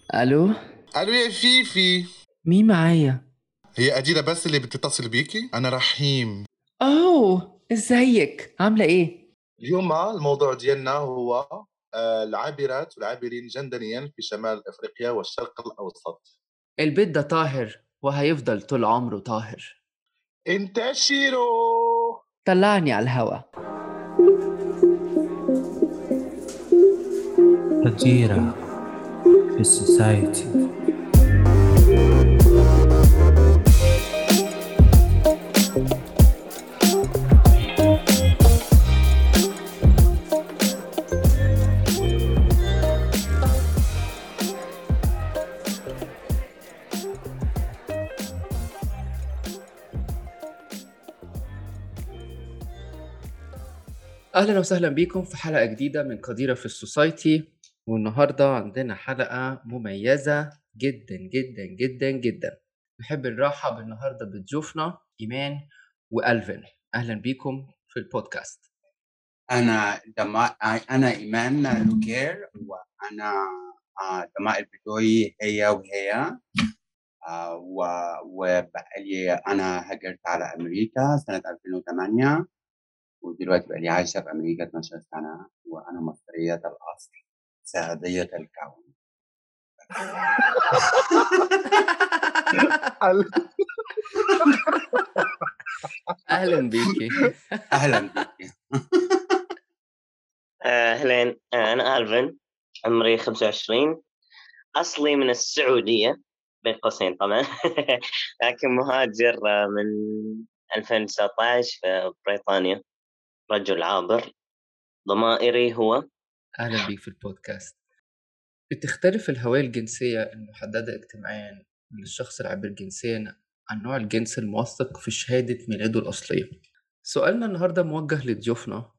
الو. الو يا فيفي. مين معايا؟ هي أديلة بس اللي بتتصل بيكي؟ أنا رحيم. اوه، ازيك؟ عامله ايه؟ اليوم الموضوع ديالنا هو العابرات والعابرين جندريا في شمال أفريقيا والشرق الأوسط. البيت ده طاهر وهيفضل طول عمره طاهر. انتشروا. طلعني على الهوا. الجيرة في السوسايتي. اهلا وسهلا بيكم في حلقه جديده من قديره في السوسايتي. والنهارده عندنا حلقه مميزه جدا جدا جدا جدا. نحب نرحب النهارده بضيوفنا ايمان والفين. اهلا بيكم في البودكاست. أنا إيمان لوكير، وأنا دماء البدوي هي وهي. وبقالي أنا هاجرت على أمريكا سنة 2008، ودلوقتي بقالي عايشة في أمريكا 12 سنة، وأنا مصرية الأصل سعودية الكون. اهلا بيكي. أهلا بك. أهلين، أنا ألفين، عمري 25، أصلي من السعودية بين قوسين طبعا. لكن مهاجر من 2019 في بريطانيا، رجل عابر. ضمائري هو اهلا بيك في البودكاست. بتختلف الهوية الجنسية المحددة اجتماعيا للشخص العابر جنسيا عن نوع الجنس الموثق في شهادة ميلاده الأصلية. سؤالنا النهاردة موجه لضيوفنا: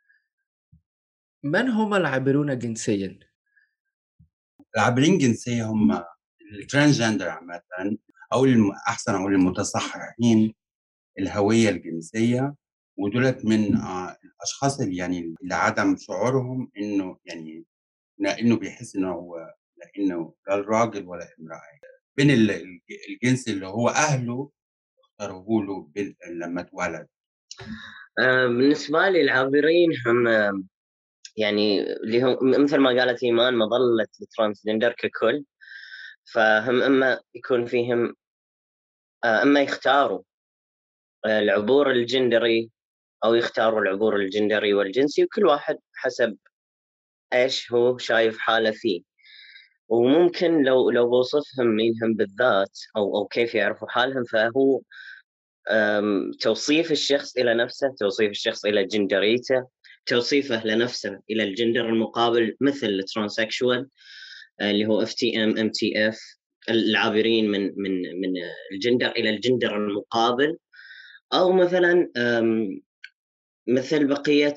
من هم العابرون جنسيا؟ العابرين جنسية هم الترانسجندر عامة، أو أحسن أقول المتصححين الهوية الجنسية، ودولت من الأشخاص اللي يعني لعدم شعورهم إنه بيحس إنه هو لإنه لا الراجل ولا امرأة، بين الجنس اللي هو أهله اختاروه له لما اتولد. بالنسبة لي العابرين هم يعني اللي هم مثل ما قالت إيمان مظلة الترانسجندر ككل. فهم إما يكون فيهم إما يختاروا العبور الجندري أو يختاروا العبور الجندري والجنسي، وكل واحد حسب إيش هو شايف حاله فيه. وممكن لو بوصفهم مينهم بالذات أو كيف يعرفوا حالهم، فهو توصيف الشخص إلى نفسه، توصيف الشخص إلى جندريته، توصيفه لنفسه إلى الجندر المقابل، مثل الترانسكشوال اللي هو FTM MTF، العابرين من الجندر إلى الجندر المقابل. أو مثلا مثل بقية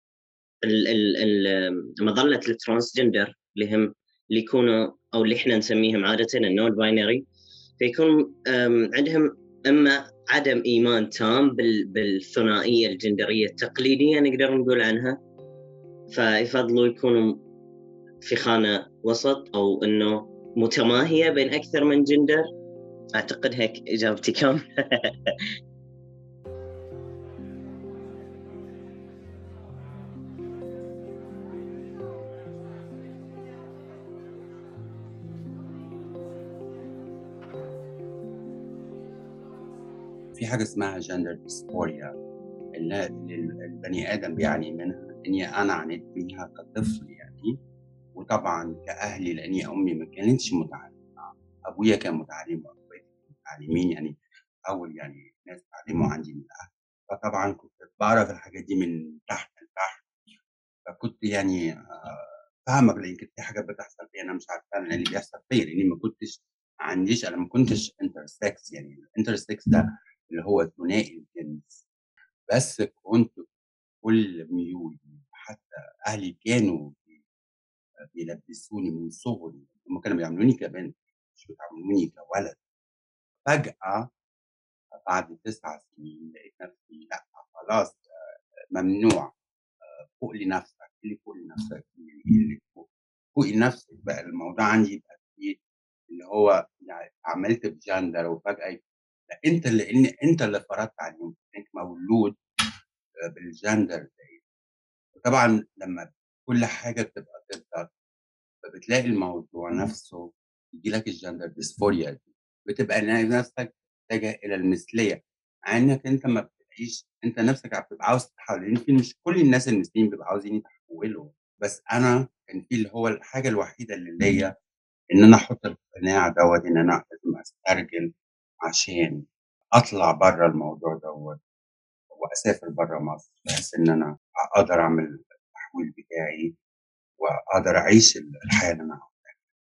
مظلة الترانسجندر اللي يكونوا أو اللي إحنا نسميهم عادة النون باينري، فيكون عندهم إما عدم إيمان تام بالثنائية الجندرية التقليدية نقدر نقول عنها، فيفضلوا يكونوا في خانة وسط، أو إنه متماهية بين أكثر من جندر. أعتقد هيك إجابتي كاملة. في حاجة اسمها جندر ديسفوريا اللي البني آدم بيعاني منها، إني أنا عانيت منها كطفل يعني. وطبعا كأهلي، لأني أمي ما كانتش متعلمة، أبويا كان متعلم وأخواتي متعلمين، يعني أول يعني ناس اتعلموا عندي من الأهل. فطبعا كنت بعرف الحاجات دي من تحت لتحت، فكنت يعني فاهمة، لأن كانت في حاجات بتحصل فيا أنا مش عارفة أنا إيه اللي بيحصل فيا، لأني أنا ما كنتش انترسكس. يعني الانترسكس ده اللي هو ثنائي الجنس، بس كنت كل ميولي. حتى أهلي كانوا بيلبسوني من صغري، هم كانوا بيعملوني كبنت مش بيعملوني كولد. فجأة بعد 9 سنين لقيت نفسي لأ، خلاص ممنوع. فوق لنفسك، اللي فوق لنفسك، اللي فوق لنفسك بقى الموضوع عندي يبقى فيه اللي هو يعني عملت بجندر وفجأة لأ أنت اللي فرضت عليهم، أنت مولود بالجندر ده. وطبعًا لمّا كل حاجة بتبقى ضدك، فبتلاقي الموضوع نفسه ييجي لك الgender dysphoria دي، بتبقى نفسك تتجه إلى المثلية، مع إنك أنت ما بتبقاش أنت نفسك بتبقى عاوز تتحول، لإن مش كل الناس المثليين بيبقوا عاوزين يتحولوا، بس أنا كان في اللي هو الحاجة الوحيدة اللي ليّا إن أنا أحط القناع دوّة إن أنا لازم أسترجل عشان أطلع برّه الموضوع دوّة، وأسافر برّه مصر، بحيث إن أنا أقدر أعمل التحويل بتاعي، وأقدر أعيش الحياة اللي أنا عاوزها.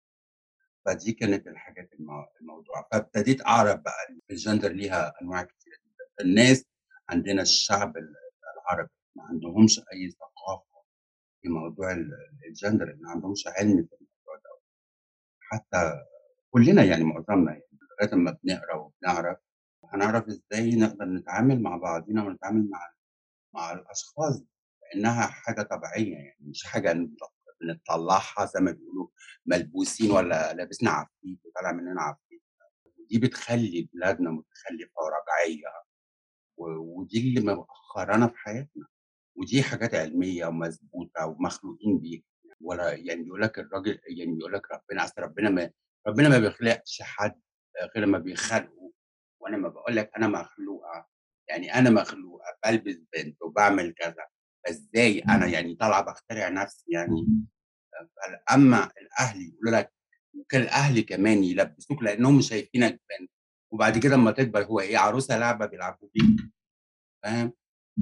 فدي كانت الحاجات الموضوع، فابتديت أعرف بقى إن الgender ليها أنواع كتيرة جدًا. الناس عندنا الشعب العربي ما عندهمش أي ثقافة في موضوع الgender، ما عندهمش علم في الموضوع ده، حتى كلنا يعني معظمنا يعني لغاية أمّا بنقرا وبنعرف، هنعرف إزاي نقدر نتعامل مع بعضينا ونتعامل مع الأشخاص كإنها حاجة طبيعية، يعني مش حاجة بنطلّعها زي ما بيقولوا ملبوسين والّا لابسنا عفريت وطالع مننا عفريت، ودي بتخلّي بلادنا متخلفة ورجعية، ودي اللي مأخرانا في حياتنا، ودي حاجات علمية ومثبوتة ومخلوقين بيها، ولا يعني بيقول لك الراجل يعني بيقول لك أصل ربنا ما بيخلقش حد غير أمّا بيخلقه، وأنا أمّا باقول لك أنا مخلوقة، يعني أنا مخلوقة بالبس بنت وباعمل كذا، فإزاي أنا يعني طالعة باخترع نفسي يعني؟ أمّا الأهل يقولوا لك ممكن الأهل كمان يلبّسوك لإنّهم شايفينك بنت، وبعد كده أمّا تكبر هو إيه عروسة لعبة بيلعبوا بيك، فاهم؟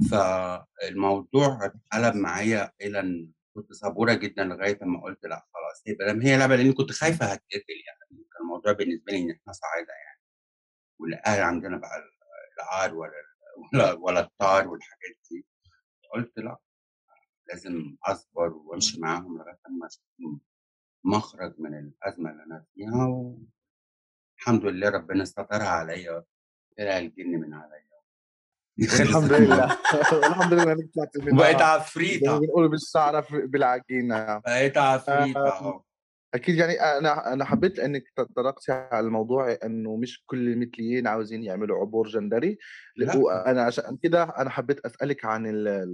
فالموضوع اتقلب معايا إلى إن كنت صبورة جدًا لغاية أمّا قُلت لأ خلاص ما دام هي لعبة، لإنّي كنت خايفة هاتقتل يعني، كان الموضوع بالنسبة لي إن إحنا صعايدة يعني، والأهل عندنا بقى العار ولا الطار والحاجات دي، قُلت لأ، لازم أصبر وأمشي معاهم لغاية أمّا أشوف مخرج من الأزمة اللي أنا فيها، والحمد لله ربنا سترها عليَّ، طلع الجن من عليَّ، والحمد خلصت لله والحمد لله إنِّك طلعتِ وبقيت منها زي ما عفريتة، بنقول بالشعرة بالعجينة. بقيت عفريتة آمم آه، أكيد يعني أنا حبيت إنِّك تطرقتِ على الموضوع إنه مش كل المثليين عاوزين يعملوا عبور جندري، لأ وأنا عشان كده أنا حبيت أسألِك عن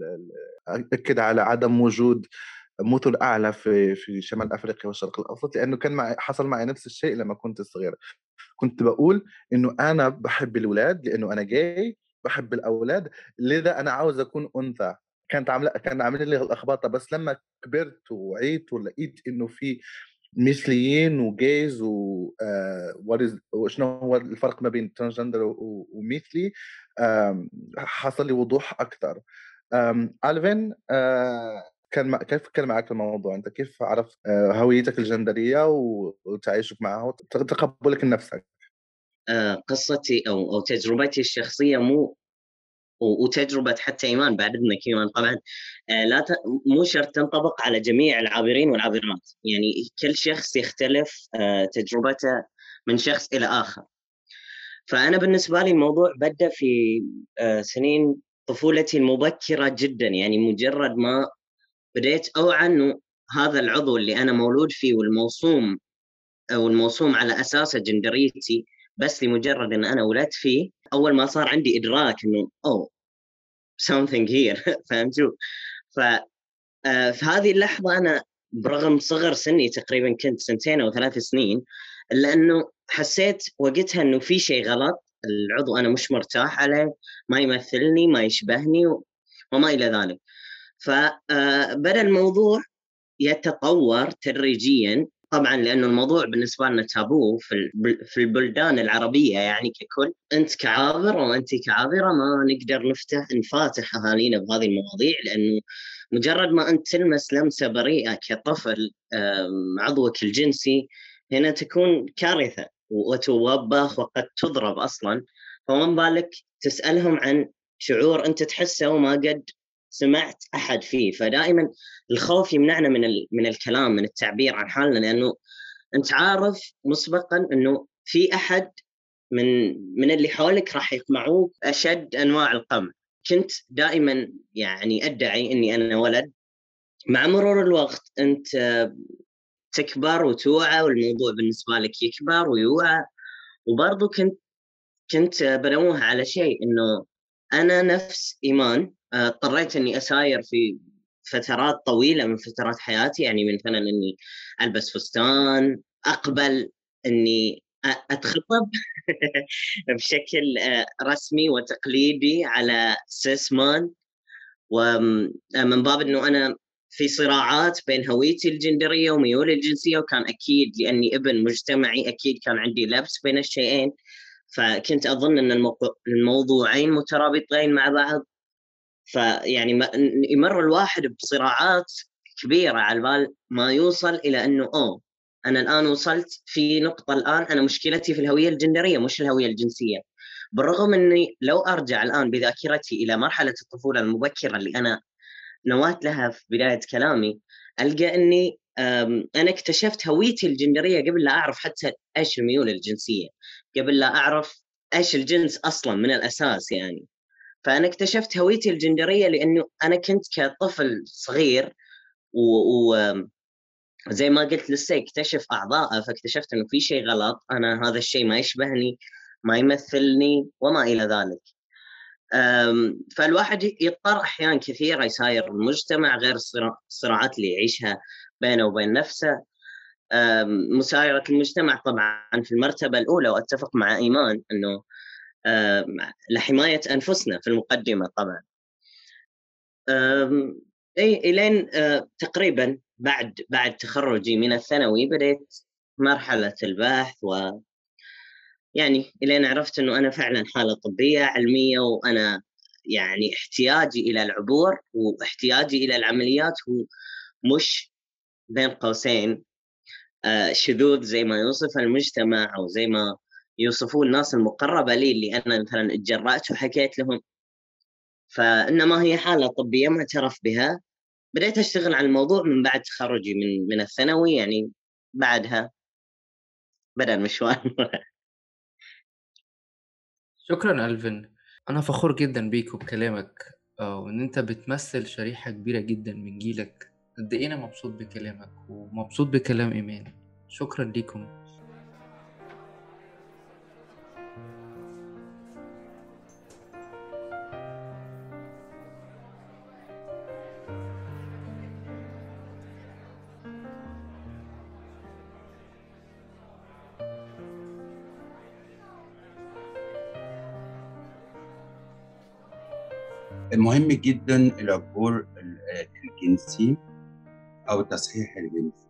أأكد على عدم وجود مثل أعلى في شمال أفريقيا والشرق الأوسط، لأنه حصل معي نفس الشيء لمّا كنت صغير. كنت باقول إنه أنا باحب الولاد لإنه أنا gay، باحب الأولاد، لذا أنا عاوز أكون أنثى. كان عامل لي لخبطة، بس لمّا كبرت ووعيت ولقيت إنه في مثليين وgays وشنو هو الفرق ما بين transgender ومثلي، حصل لي وضوح أكتر. ألفين، كيف كان معاك الموضوع؟ أنت كيف عرفت هويتك الجندرية وتعايشك معها تقبلك لنفسك؟ قصتي أو تجربتي الشخصية وتجربة حتى إيمان، بعد إذنك إيمان طبعًا لا مو شرط تنطبق على جميع العابرين والعابرات، يعني كل شخص يختلف تجربته من شخص إلى آخر. فأنا بالنسبة لي الموضوع بدأ في سنين طفولتي المبكرة جدًا، يعني مجرد ما بديت أوعى إنه هذا العضو اللي أنا مولود فيه والموسوم على أساسه جندريتي، بس لمجرد إن أنا ولدت فيه، أول ما صار عندي إدراك إنه something here فهمتوا؟ ف في هذه اللحظة أنا برغم صغر سني تقريبًا كنت 2 أو 3 سنين، إلا إنه حسيت وقتها إنه في شيء غلط، العضو أنا مش مرتاح عليه، ما يمثلني، ما يشبهني وما إلى ذلك. ف بدأ الموضوع يتطور تدريجيًا، طبعًا لأنه الموضوع بالنسبة لنا تابو في البلدان العربية يعني ككل، أنت كعابر أو أنتِ كعابرة ما نقدر نفاتح أهالينا بهذه المواضيع، لأنه مجرد ما أنت تلمس لمسة بريئة كطفل عضوك الجنسي، هنا تكون كارثة وتوبخ وقد تضرب أصلًا، فما بالك تسألهم عن شعور أنت تحسه وما قد سمعت أحد فيه. فدائمًا الخوف يمنعنا من الكلام، من التعبير عن حالنا، لأنه أنت عارف مسبقًا إنه في أحد من اللي حولك راح يقمعوك أشد أنواع القمع. كنت دائمًا يعني أدعي إني أنا ولد. مع مرور الوقت أنت تكبر وتوعى والموضوع بالنسبة لك يكبر ويوعى. وبرضو كنت بنوه على شيء، إنه أنا نفس إيمان اضطريت إني أساير في فترات طويلة من فترات حياتي، يعني مثلا إني ألبس فستان، أقبل إني أتخطب بشكل رسمي وتقليدي على سيسمان، ومن باب إنه أنا في صراعات بين هويتي الجندرية وميولي الجنسية، وكان أكيد لأني ابن مجتمعي أكيد كان عندي لبس بين الشيئين، فكنت أظن أن الموضوعين مترابطين مع بعض. فيعني يمر الواحد بصراعات كبيرة على البال ما يوصل إلى أنه أنا الآن وصلت في نقطة، الآن أنا مشكلتي في الهوية الجندرية مش الهوية الجنسية. بالرغم أني لو أرجع الآن بذاكرتي إلى مرحلة الطفولة المبكرة اللي أنا نوات لها في بداية كلامي، ألقى أني أنا اكتشفت هويتي الجندرية قبل لا أعرف حتى إيش الميول الجنسية، قبل لا أعرف إيش الجنس أصلا من الأساس يعني. فأنا اكتشفت هويتي الجندرية لأنه أنا كنت كطفل صغير وزي ما قلت لسه اكتشف أعضاءه، فاكتشفت أنه في شيء غلط، أنا هذا الشيء ما يشبهني، ما يمثلني وما إلى ذلك. فالواحد يضطر أحيان كثيرة يساير المجتمع، غير الصراعات اللي يعيشها بينه وبين نفسه. مسايرة المجتمع طبعا في المرتبة الأولى، وأتفق مع إيمان أنه لحماية أنفسنا في المقدمة طبعا. إلين تقريبا بعد تخرجي من الثانوي بديت مرحلة البحث، يعني إلين عرفت أنه أنا فعلا حالة طبية علمية، وأنا يعني احتياجي إلى العبور واحتياجي إلى العمليات هو مش بين قوسين شذوذ زي ما يوصف المجتمع أو زي ما يوصفوه الناس المقربة لي اللي أنا مثلا اتجرأت وحكيت لهم، فإنما هي حالة طبية معترف بها. بديت أشتغل على الموضوع من بعد تخرجي من الثانوي، يعني بعدها بدأ المشوار. شكرا ألفين، أنا فخور جدا بيك وبكلامك، وإن أنت بتمثل شريحة كبيرة جدا من جيلك. قد إيه أنا مبسوط بكلامك ومبسوط بكلام إيمان. شكرا ليكم. مهم جدا العبور الجنسي او التصحيح الجنسي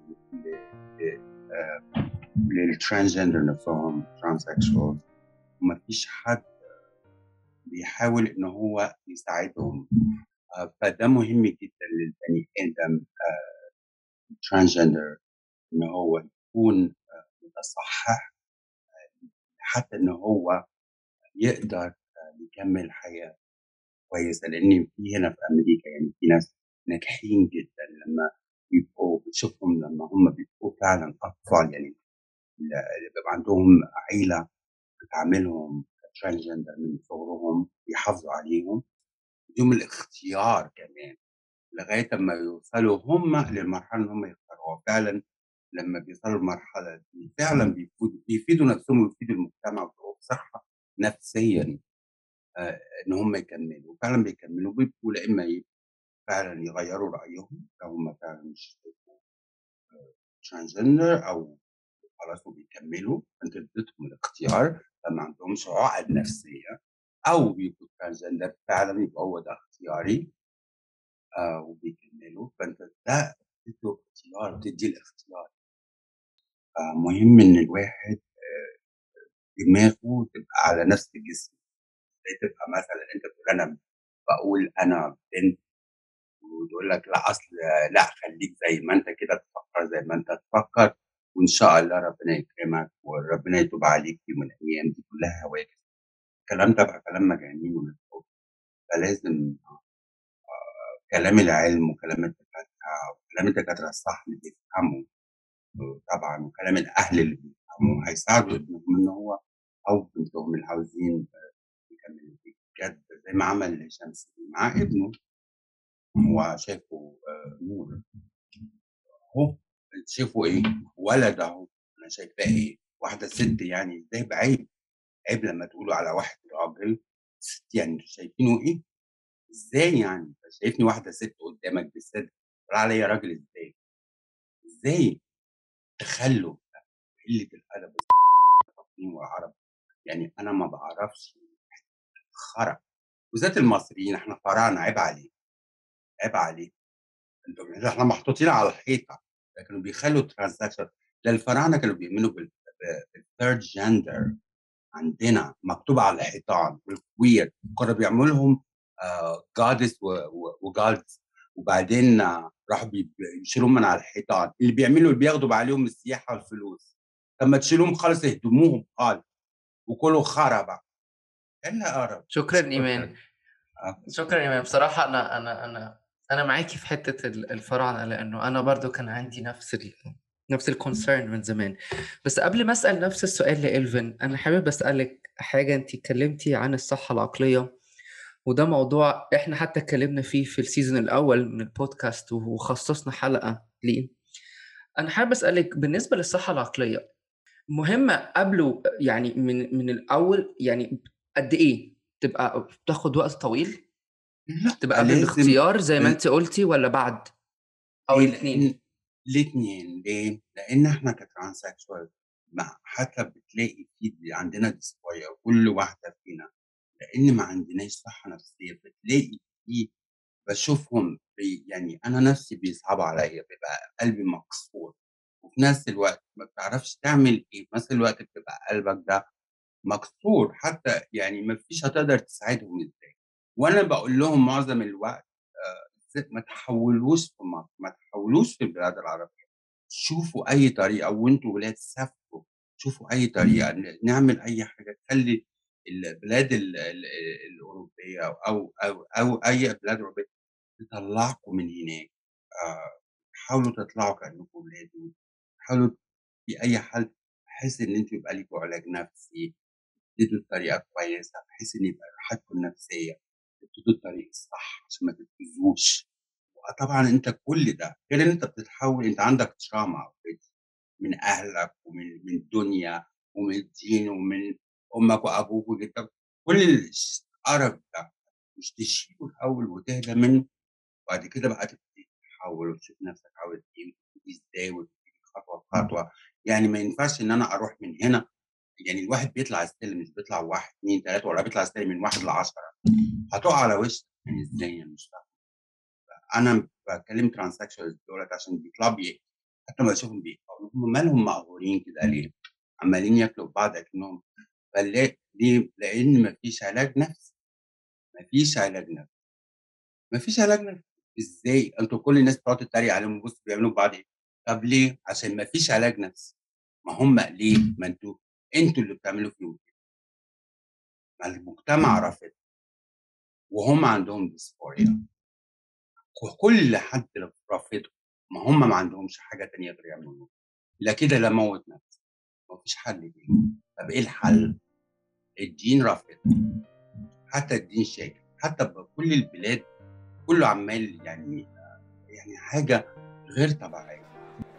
للترانسجندر نفسهم، ترانسكشوال. ومفيش حد بيحاول ان هو يساعدهم. فده مهم جدا للبني ادم ترانسجندر ان هو يكون متصحح، حتى ان هو يقدر يكمل حياه كويسه. لان في هنا في امريكا يعني في ناس ناجحين جدا لما بيبقوا بتشوفهم، لما هم بيبقوا فعلا اطفال، يعني بيبقى عندهم عيله بتعاملهم ترانسجندر من صغرهم، بيحافظوا عليهم، بدون الاختيار كمان لغايه اما يوصلوا هم للمرحله اللي هم يختاروها. فعلا لما بيوصلوا للمرحله دي فعلا بيفيدوا نفسهم ويفيدوا المجتمع، وبيبقوا بصحه نفسيا ان هم يكملوا. فعلا بيكملوا، بيبقوا لا اما فعلا يغيروا رايهم لو هم فعلا مش ترانسجندر، او خلاص وبيكملوا. انت اديتهم الاختيار فما عندهمش عقد نفسيه، او بيبقوا ترانسجندر فعلا يبقى هو ده اختياري وبيكملوا. فانت ده بتدي اختيار، بتدي الاختيار. مهم ان الواحد دماغه تبقى على نفس الجسم. زي تبقى مثلا انت بتقول انا بقول انا بنت، وتقول لك لا اصل لا خليك زي ما انت كده، تفكر زي ما انت تفكر، وان شاء الله ربنا يكرمك وربنا يتوب عليك في يوم من الايام. دي كلها هواجس، الكلام ده بقى كلام مجانين ومسؤول. فلازم كلام العلم وكلام الدكاتره وكلام الدكاتره الصح اللي بيفهموا طبعا، وكلام الاهل اللي بيفهموا هيساعدوا ابنهم ان هو او بنتهم اللي عاوزين يكملوا بجد، زي ما عمل شمس مع ابنه. هو شايفه نور. هو شايفه إيه؟ ولد أهو، أنا شايفاه إيه؟ واحدة ست يعني إزاي بعيب، عيب لمّا تقولوا على واحد راجل ست يعني أنتم شايفينه إيه؟ إزاي يعني؟ أنت شايفني واحدة ست قدّامك بالصدق، تقول عليّا راجل إزاي؟ إزاي؟ تخلُّف ده، قلة الأدب التصميم والعرب، يعني أنا ما باعرفش خرا، بالذات المصريين إحنا فراعنة عيب عليك، عيب عليك، أنتم إحنا محطوطين على الحيطة، ده كانوا بيخلّوا transaction ده الفراعنة كانوا بيؤمنوا بالthird gender عندنا مكتوب على الحيطان والqueer كانوا بيعملوا لهم goddess وgods وبعدين راحوا بيشيلوهم من على الحيطان، اللي بياخدوا عليهم السياحة والفلوس، طب ما تشيلوهم خالص اهدموهم خالص وكلوا خرا بقى، إيه اللي قرف؟ شكرًا إيمان، آه. شكرًا إيمان. بصراحة أنا معاكِ في حتّة الفراعنة، لإنه أنا برضه كان عندي نفس الconcern من زمان. بس قبل ما أسأل نفس السؤال لإلفين، أنا حابب أسألِك حاجة. أنتِ اتكلمتِ عن الصحة العقلية، وده موضوع إحنا حتى اتكلمنا فيه في السيزون الأول من البودكاست وخصصنا حلقة ليه. أنا حابب أسألِك بالنسبة للصحة العقلية، مهمة قبله يعني من الأول، يعني قد إيه تبقى بتاخد وقت طويل؟ تبقى لأ قبل لازم الاختيار زي ما أنتِ قُلتِ والّا بعد أو ليه؟ الاتنين؟ الاتنين، ليه؟ لإن إحنا كtranssexual حتى بتلاقي عندنا dysphoria وكل واحدة فينا لإن ما عندناش صحة نفسية، بتلاقي في باشوفهم يعني أنا نفسي بيصعبوا عليّا، بيبقى قلبي مكسور، وفي نفس الوقت ما بتعرفش تعمل إيه، في نفس الوقت بتبقى قلبك ده مكسور، حتى يعني ما فيش هتقدر تساعدهم إزاي، وأنا باقول لهم معظم الوقت ما تحوّلوش في مصر، ما تحوّلوش في البلاد العربية، شوفوا أي طريقة وأنتم ولاد سافروا، شوفوا أي طريقة نعمل أي حاجة تخلّي البلاد الأوروبية أو أي بلاد أوروبية تطلّعكم من هناك، حاولوا تطلعوا كأنكم ولادي، حاولوا في أي حل بحيث إن أنتم يبقى ليكم علاج نفسي، تبتدوا بطريقة كويسة بحيث إن يبقى راحتكم النفسية، تبتدوا الطريق الصح عشان ما تتأذوش. طبعًا أنت كل ده، غير إن أنت بتتحوّل أنت عندك trauma already من أهلك ومن الدنيا ومن الدين ومن أمك وأبوك وجدك، كل القرف ده مش تشيله الأول وتهدى منه، وبعد كده بقى تبتدي تتحوّل وتشوف نَفْسك عاوز إيه وتبتدي إزاي وتبتدي خطوة بخطوة، يعني ما ينفعش إن أنا أروح من هنا يعني الواحد بيطلع السلِّم مش بيطلع 1، 2، 3 والّا بيطلع السلِّم من 1 ل10 هتُقع على وشّك، يعني إزاي أنا مش فاهم. أنا باكلّم transsexuals دُولة عشان بيطلعوا حتى أمّا باشوفهم هم مالهم مقهورين كده ليه؟ عمّالين ياكلوا في بعض أكنّهم ليه؟ لإن ما فيش علاج نفسي، ما فيش علاج نفسي، ما فيش علاج نفسي، إزاي؟ أنتم كل الناس بتقعد تتريق عليهم بُص بيعملوا في بعض إيه، طَب ليه؟ عشان ما فيش علاج نفسي، ما هم ليه؟ ما أنتم اللي بتعملوا فيهم كده، ما المجتمع رافض وهم عندهم dysphoria وكل حد رافضهم، ما هم ما عندهمش حاجة تانية غير يعملوها. لا كده لا أموّت نفسي، ما فيش حل تاني، طب إيه الحل؟ الدين رافض، حتى الدين شاكك، حتى كل البلاد كلّه عمّال يعني حاجة غير طبيعية.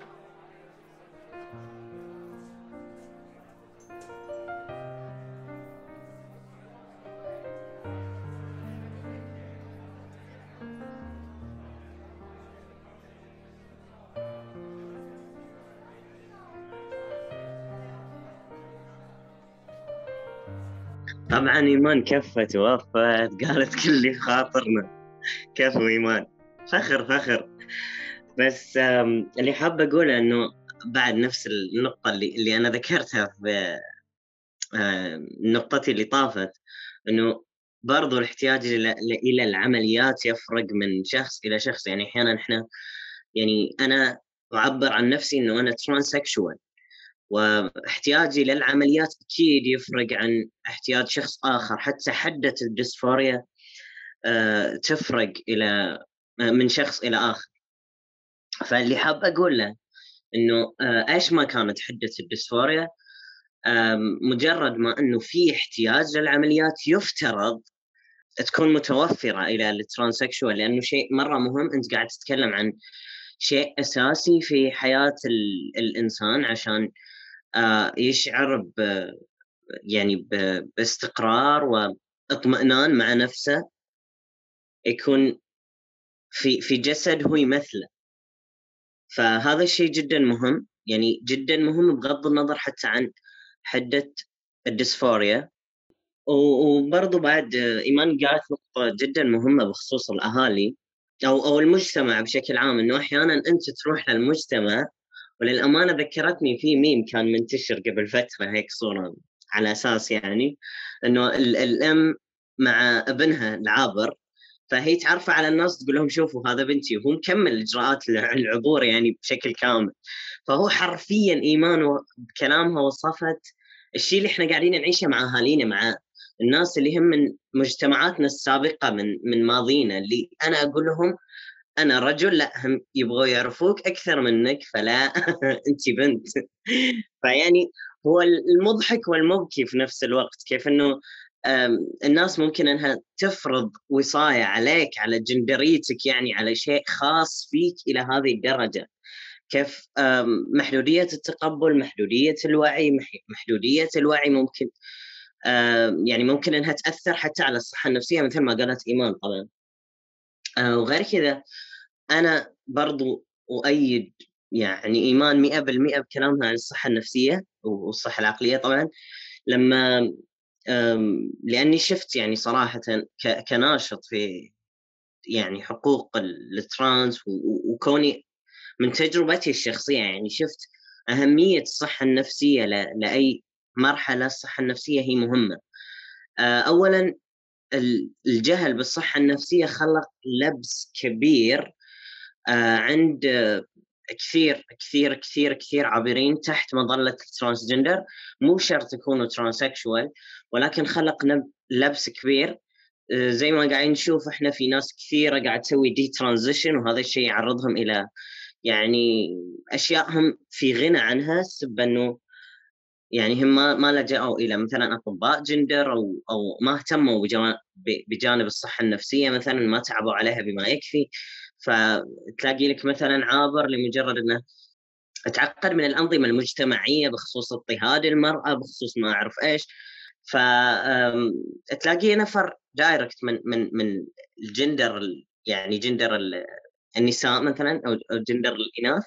طبعا إيمان كفت ووفت قالت كل اللي في خاطرنا. كفو إيمان، فخر. بس اللي حابة أقوله إنه بعد نفس النقطة اللي أنا ذكرتها في نقطتي اللي طافت، إنه برضو الاحتياج إلى العمليات يفرق من شخص إلى شخص. يعني أحيانا إحنا، يعني أنا أعبر عن نفسي إنه أنا ترانسكشوال، واحتياجي للعمليات أكيد يفرق عن احتياج شخص آخر. حتى حدة الديسفوريا تفرق إلى من شخص إلى آخر. فاللي حاب أقول له إنه إيش ما كانت حدة الديسفوريا، مجرد ما إنه في احتياج للعمليات يفترض تكون متوفرة إلى الترانسكشوال، لأنه شيء مرة مهم. أنت قاعد تتكلم عن شيء أساسي في حياة الإنسان عشان يشعر يعني باستقرار واطمئنان مع نفسه، يكون في جسد هو يمثله. فهذا الشيء جدا مهم، يعني جدا مهم بغض النظر حتى عن حدة الديسفوريا. وبرضو بعد إيمان قالت نقطة جدا مهمة بخصوص الأهالي أو المجتمع بشكل عام، إنه أحيانا أنت تروح للمجتمع، وللأمانة ذكرتني في ميم كان منتشر قبل فترة، هيك صورة على أساس يعني إنه الأم مع ابنها العابر، فهي تعرف على الناس تقول لهم شوفوا هذا بنتي، وهو مكمل إجراءات العبور يعني بشكل كامل. فهو حرفيا إيمان بكلامها وصفت الشيء اللي احنا قاعدين نعيشه مع أهالينا، مع الناس اللي هم من مجتمعاتنا السابقة من ماضينا، اللي أنا أقول لهم أنا رجل، لا هم يبغوا يعرفوك أكثر منك، فلا أنت بنت. فيعني هو المضحك والمبكي في نفس الوقت، كيف أنه الناس ممكن أنها تفرض وصاية عليك، على جندريتك، يعني على شيء خاص فيك إلى هذه الدرجة. كيف محدودية التقبل، محدودية الوعي ممكن يعني ممكن أنها تأثر حتى على الصحة النفسية مثل ما قالت إيمان طبعا. وغير كذا أنا برضو أؤيد يعني إيمان 100% بكلامها عن الصحة النفسية والصحة العقلية طبعا، لما لأني شفت يعني صراحة كناشط في يعني حقوق الترانس، وكوني من تجربتي الشخصية يعني شفت أهمية الصحة النفسية لأي مرحلة. الصحة النفسية هي مهمة. أولا الجهل بالصحة النفسية خلق لبس كبير عند كثير كثير كثير كثير عابرين تحت مظلة الترانسجندر، مو شرط يكونوا ترانسكشوال، ولكن خلق لبس كبير. زي ما قاعدين نشوف احنا في ناس كثيرة قاعد تسوي دي ترانزيشن، وهذا الشيء يعرضهم إلى يعني أشياء هم في غنى عنها، سب أنه يعني هم ما لجأوا إلى مثلا أطباء جندر أو ما اهتموا بجانب الصحة النفسية، مثلا ما تعبوا عليها بما يكفي. فتلاقي لك مثلا عابر لمجرد أنه تعقد من الأنظمة المجتمعية بخصوص اضطهاد المرأة، بخصوص ما أعرف إيش، فتلاقي نفر دايركت من الجندر، يعني جندر النساء مثلا أو جندر الإناث،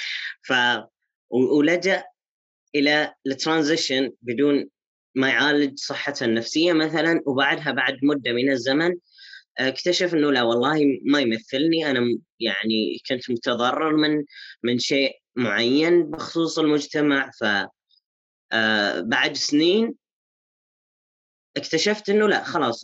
ولجأ إلى الترانزيشن بدون ما يعالج صحته النفسية مثلا، وبعدها بعد مدة من الزمن اكتشف انه لا والله ما يمثلني، انا يعني كنت متضرر من شيء معين بخصوص المجتمع. ف بعد سنين اكتشفت انه لا خلاص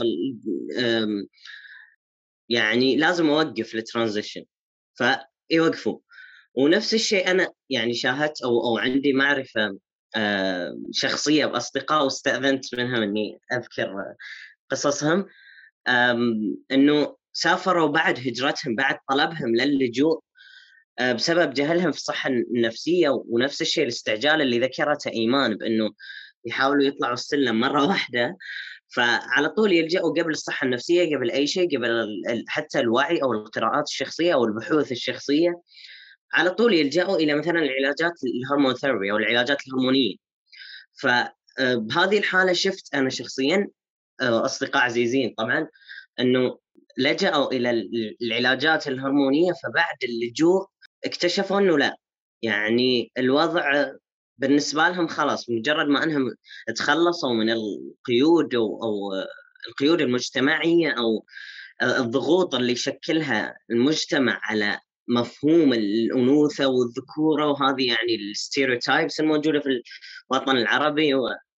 يعني لازم اوقف الترانزيشن، فيوقفوا. ونفس الشيء انا يعني شاهدت او عندي معرفة شخصية بأصدقاء واستأذنت منهم اني اذكر قصصهم، انه سافروا بعد هجرتهم، بعد طلبهم للجوء بسبب جهلهم في الصحة النفسية. ونفس الشيء الاستعجال اللي ذكرته إيمان، بأنه يحاولوا يطلعوا السلم مرة واحدة، فعلى طول يلجأوا قبل الصحة النفسية، قبل أي شيء، قبل حتى الوعي أو القراءات الشخصية أو البحوث الشخصية، على طول يلجأوا إلى مثلا العلاجات الهرمون ثيرابي أو العلاجات الهرمونية. فبهذه الحالة شفت أنا شخصيا أصدقاء عزيزين طبعا أنه لجأوا إلى العلاجات الهرمونية، فبعد اللجوء اكتشفوا أنه لا، يعني الوضع بالنسبة لهم خلاص، مجرد ما أنهم تخلصوا من القيود أو القيود المجتمعية أو الضغوط اللي يشكلها المجتمع على مفهوم الأنوثة والذكورة، وهذه يعني الستيريوتايبس الموجودة في الوطن العربي،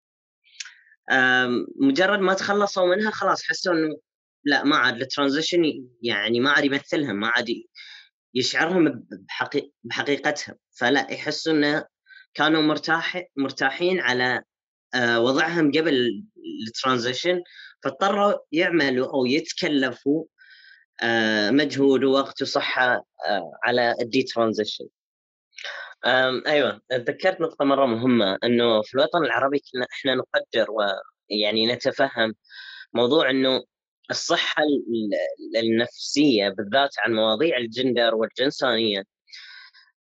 مجرد ما تخلصوا منها خلاص حسوا انه لا، ما عاد الترانزيشن يعني ما عاد يمثلهم، ما عاد يشعرهم بحقيقتهم، فلا يحسوا انه كانوا مرتاحين على وضعهم قبل الترانزيشن، فاضطروا يعملوا او يتكلفوا مجهود ووقت وصحة على الدي ترانزيشن. ايوه، تذكرت نقطة مرة مهمة، انه في الوطن العربي احنا نقدر ويعني نتفهم موضوع انه الصحة النفسية بالذات عن مواضيع الجندر والجنسانية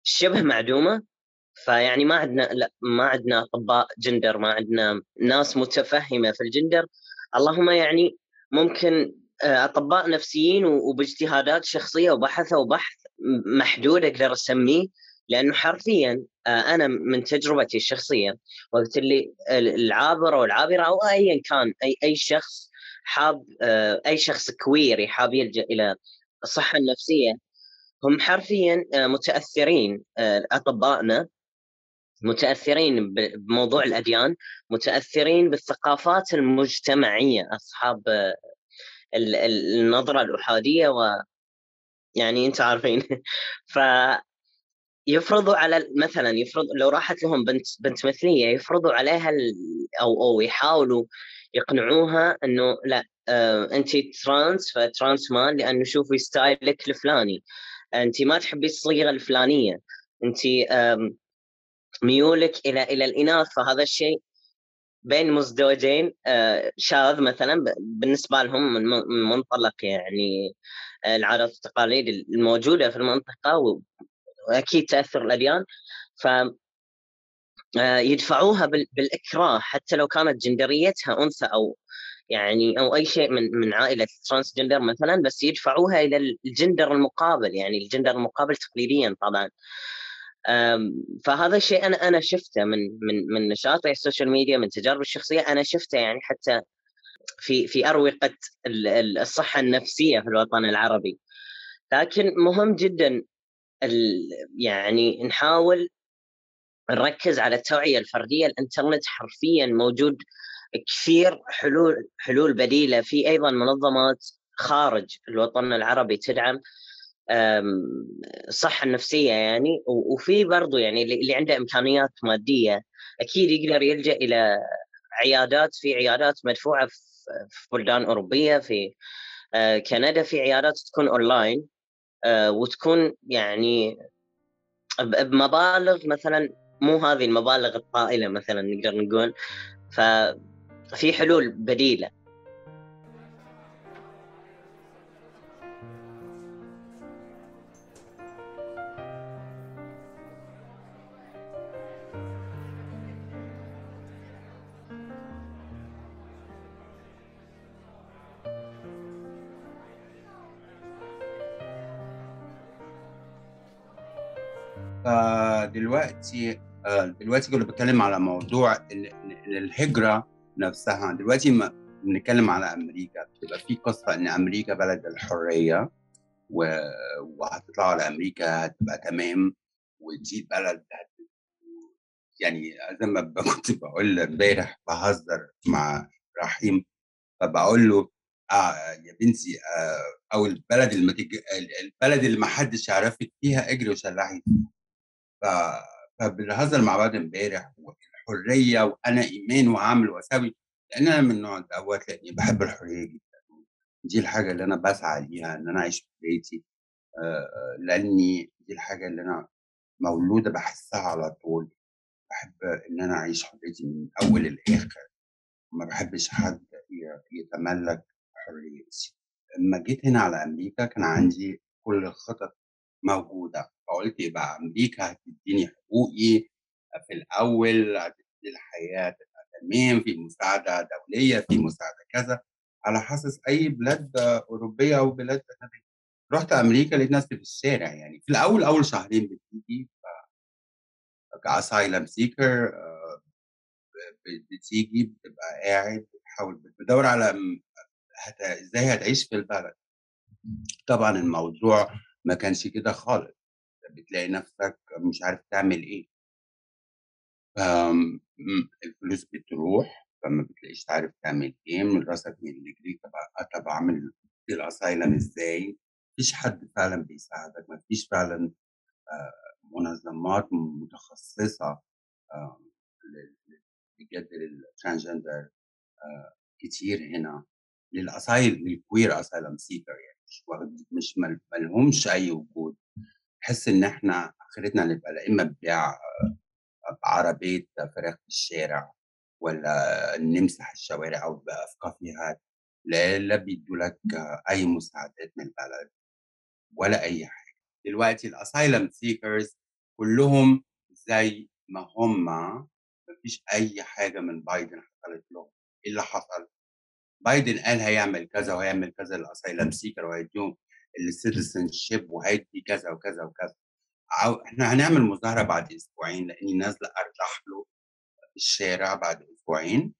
شبه معدومة. فيعني ما عندنا أطباء جندر، ما عندنا ناس متفهمة في الجندر. اللهم يعني ممكن أطباء نفسيين وباجتهادات شخصية وبحثوا بحث محدود أقدر أسميه، لأنه حرفيا أنا من تجربتي الشخصية وقت اللي العابر أو العابرة أو أيا كان أي شخص حاب أي شخص كويري حاب يلجأ إلى الصحة النفسية، هم حرفيا متأثرين. أطبائنا متأثرين بموضوع الأديان، متأثرين بالثقافات المجتمعية، أصحاب النظرة الأحادية، ويعني أنت عارفين. فيفرضوا على مثلا لو راحت لهم بنت مثلية يفرضوا عليها أو يحاولوا يقنعوها أنه لا أنت ترانس، فترانس مان لأنه شوفي ستايلك الفلاني، أنت ما تحبي الصيغة الفلانية، أنت ميولك إلى الإناث، فهذا الشيء بين مزدوجين شاذ مثلا بالنسبة لهم من منطلق يعني العادات والتقاليد الموجودة في المنطقة، وأكيد تأثر الأديان. ف يدفعوها بالإكراه حتى لو كانت جندريتها أنثى أو يعني أو أي شيء من عائلة ترانس جندر مثلا، بس يدفعوها إلى الجندر المقابل، يعني الجندر المقابل تقليديا طبعا. فهذا الشيء أنا شفته من نشاطي السوشيال ميديا، من تجاربي الشخصية، أنا شفته يعني حتى في أروقة الصحة النفسية في الوطن العربي. لكن مهم جدا يعني نحاول نركز على التوعية الفردية. الإنترنت حرفيا موجود كثير حلول بديلة، في أيضا منظمات خارج الوطن العربي تدعم الصحة النفسية يعني، وفي برضو يعني اللي عنده إمكانيات مادية أكيد يقدر يلجأ إلى في عيادات مدفوعة في بلدان أوروبية، في كندا في عيادات تكون أونلاين وتكون يعني بمبالغ مثلا مو هذه المبالغ الطائلة مثلا نقدر نقول، ففي حلول بديلة. دلوقتي كنا بتكلم على موضوع الهجرة نفسها. دلوقتي ما بنتكلم على أمريكا، بتبقى في قصة إن أمريكا بلد الحرية وهتطلع على أمريكا هتبقى تمام، ودي بلد يعني زي ما كنت بقول امبارح بهزر مع رحيم، فبقول له يا بنتي او البلد البلد اللي ما حدش يعرفك فيها اجري وشلحي. فبنهزر مع بعض امبارح، والحريه وانا ايمان وعامل واسوي، لان انا من النوع دوت، لاني بحب الحريه جدا. دي الحاجه اللي انا بسعى ليها، ان انا اعيش حريتي، لاني دي الحاجه اللي انا مولوده بحسها على طول. بحب ان انا اعيش حريتي من اول لاخر، ما بحبش حد يتملك حريتي. لما جيت هنا على امريكا كان عندي كل الخطط موجوده، فقلت يبقى امريكا هتديني حقوقي في الاول، هتدي الحياه تبقى تمام، في مساعده دوليه، في مساعده كذا، على حسب اي بلاد اوروبيه او بلاد اجنبيه. رحت امريكا لقيت ناس في الشارع، يعني في الاول اول شهرين بتيجي كاسايلم سيكر، بتيجي بتبقى قاعد بتحاول بتدور على ازاي هتعيش في البلد. طبعا الموضوع ما كانش كده خالص، بتلاقي نفسك مش عارف تعمل ايه. الفلوس بتروح، فما بتلاقيش تعرف تعمل ايه، من راسك من رجليك. طب اعمل الاسايلم ازاي؟ مفيش حد فعلا بيساعدك، مفيش فعلا منظمات متخصصه بجد للترانسجندر كتير هنا، للكوير اسايلم سيكر، يعني مش ملهمش اي وجود. تحس ان احنا اخرتنا نبقى لا اما ببيع عربيه فراخ في الشارع، ولا نمسح الشوارع او بقى في كافيهات، لا بيدوا لك اي مساعدات من البلد ولا اي حاجه. دلوقتي الاسايلم سيكرز كلهم زي ما هم، مفيش أي حاجة من بايدن حصلت لهم. إيه اللي حصل؟ بايدن قال هيعمل كذا وهيعمل كذا للأسايلم سيكر وهيديهم السيتيزنشيب وهيدي كذا وكذا وكذا. احنا هنعمل مظاهرة بعد أسبوعين لأني نازلة أرتاح له في الشارع بعد أسبوعين.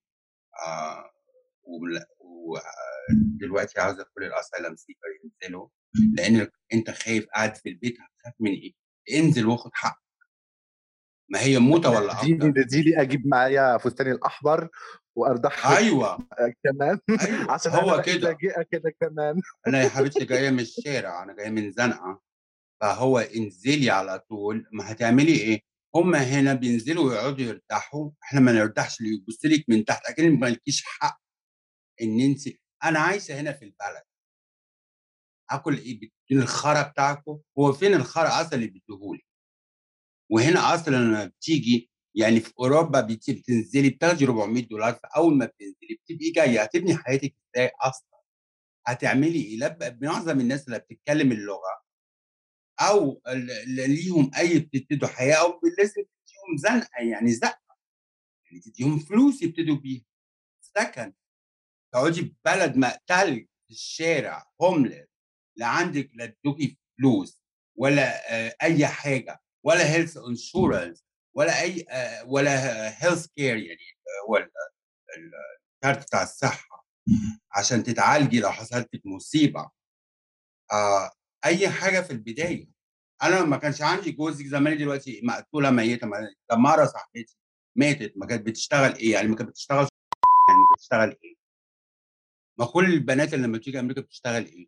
ودلوقتي عاوزة كل الأسايلم سيكر ينزلوا، لأن أنت خايف قاعد في البيت، هتخاف من إيه؟ انزل واخد حق. ما هي موتة ولا أكتر. دي اجيب معايا فستاني الاحمر واردحك أيوه كمان أيوه عشان انا هو بقيت كده. لاجئه كده كمان. أنا يا حبيبتي جاية من الشارع، أنا جاية من زنقة، فهو انزلي على طول. ما هتعملي إيه؟ هم هنا بينزلوا ويقعدوا يرتاحوا، إحنا ما نرتاحش، اللي يبص لك من تحت أكن مالكيش حق إن أنتِ. أنا عايشة هنا في البلد، آكل إيه؟ بتدوني الخرا بتاعكم؟ هو فين الخرا أصلًا اللي بيديه لي؟ وهنا أصلًا لمّا بتيجي يعني في أوروبا بتنزلي بتاخدي $400، فأول ما بتنزلي بتبقي جاية هتبني حياتِك إزاي أصلًا؟ هتعملي إيه؟ معظم الناس اللي بتتكلم اللغة أو اللي ليهم أي بتبتدوا حياة أو لازم تديهم زنقة، يعني زقة، يعني تديهم فلوس يبتدوا بيها، سكن. تقعدي في بلد تلج في الشارع homeless، لا عندِك لا ادوكِ فلوس ولا أي حاجة، ولا health insurance ولا أي ولا health care، يعني هو الكارت بتاع الصحة عشان تتعالجي لو حصلت لِك مصيبة. آه، أي حاجة في البداية. أنا ما كانش عندي جوزي، زماني دلوقتي مقتولة ميتة. تمارا صاحبتي ماتت، ما كانت بتشتغل إيه؟ يعني ما كانت بتشتغل يعني كانت بتشتغل إيه؟ ما كل البنات اللي لمّا بتيجي أمريكا بتشتغل إيه؟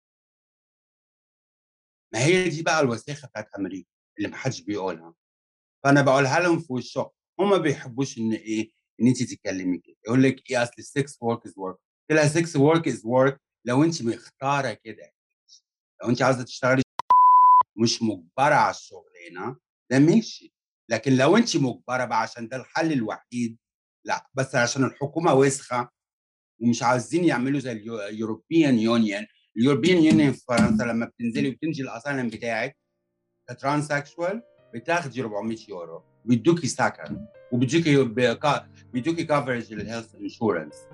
ما هي دي بقى الوساخة بتاعة أمريكا اللي ما حدش بيقولها، فأنا باقولها لهم في وشّهم. هم ما بيحبوش إن إيه، إن أنتِ تتكلمي كده، يقول لِك إيه أصل الsex work is work. قُلت لها sex work is work لو أنتِ مختارة كده، لو أنتِ عاوزة تشتغلي مش مُجبرة على الشغلانة، ده ماشي، لكن لو أنتِ مُجبرة بقى عشان ده الحل الوحيد، لأ. بس عشان الحكومة وسخة ومش عايزين يعملوا زي European Union. الEuropean Union في فرنسا لمّا بتنزلي وتمشي الأسايلم بتاعِك كtranssexual بتاخدي €400 وبيدوكِ سكن بيدوكِ coverage للhealth insurance.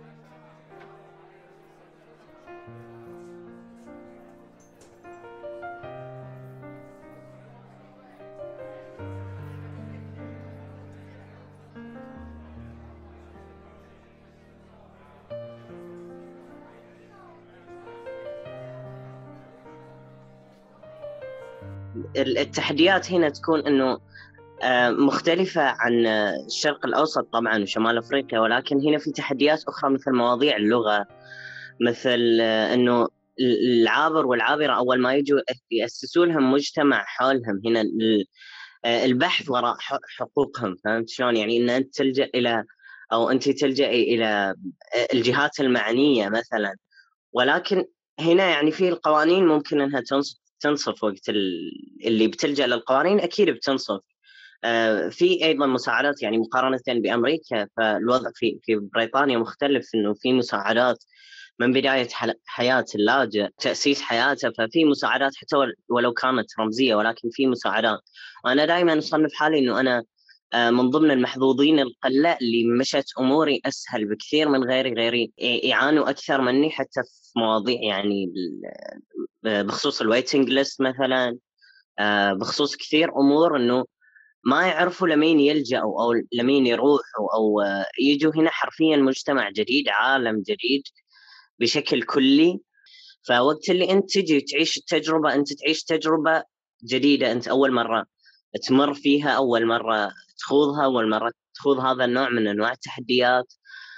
التحديات هنا تكون إنه مختلفة عن الشرق الأوسط طبعا وشمال أفريقيا، ولكن هنا في تحديات أخرى مثل مواضيع اللغة، مثل إنه العابر والعابرة أول ما يجوا يأسسوا لهم مجتمع حولهم هنا، البحث وراء حقوقهم. فهمت شلون؟ يعني إن أنت تلجأ إلى أو أنت تلجأي إلى الجهات المعنية مثلا، ولكن هنا يعني في القوانين ممكن أنها تنصف وقت اللي بتلجأ للقوانين أكيد بتنصف. في أيضا مساعدات، يعني مقارنة بأمريكا فالوضع في بريطانيا مختلف، إنه في مساعدات من بداية حياة اللاجئ، تأسيس حياته، ففي مساعدات حتى ولو كانت رمزية، ولكن في مساعدات. وأنا دائما أصنف حالي إنه أنا من ضمن المحظوظين القلة اللي مشت أموري أسهل بكثير من غيري يعانوا أكثر مني، حتى في مواضيع يعني بخصوص الويتنج ليست مثلا، بخصوص كثير أمور إنه ما يعرفوا لمين يلجأوا أو لمين يروحوا أو يجوا هنا حرفيا مجتمع جديد، عالم جديد بشكل كلي. فوقت اللي أنت تجي تعيش التجربة، أنت تعيش تجربة جديدة، أنت أول مرة تمر فيها، أول مرة تخوضها، أول مرة تخوض هذا النوع من أنواع التحديات.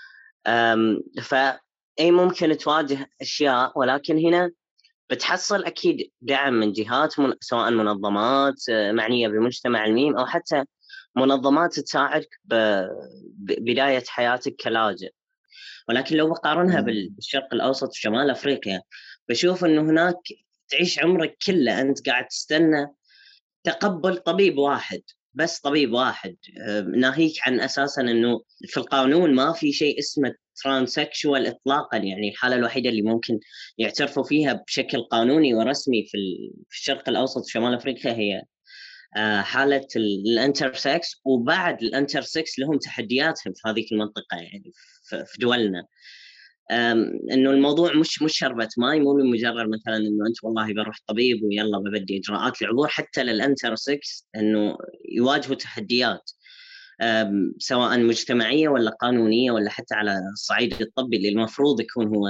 فأي ممكن تواجه أشياء، ولكن هنا بتحصل أكيد دعم من جهات سواء منظمات معنية بمجتمع الميم أو حتى منظمات تساعدك ببداية حياتك كلاجئ. ولكن لو بقارنها بالشرق الأوسط وشمال أفريقيا، بشوف أنه هناك تعيش عمرك كله أنت قاعد تستنى تقبل طبيب واحد، بس طبيب واحد، ناهيك عن أساساً أنه في القانون ما في شيء اسمه ترانسكشوال إطلاقاً. يعني الحالة الوحيدة اللي ممكن يعترفوا فيها بشكل قانوني ورسمي في الشرق الأوسط وشمال أفريقيا هي حالة الانترسكس، وبعد الانترسكس لهم تحدياتهم في هذه المنطقة يعني في دولنا. انه الموضوع مش شربة ماي، مو مجرد مثلا انه انت والله بروح طبيب ويلا ببدي اجراءات العبور. حتى للانترسكس انه يواجهوا تحديات سواء مجتمعية ولا قانونية ولا حتى على الصعيد الطبي، اللي المفروض يكون هو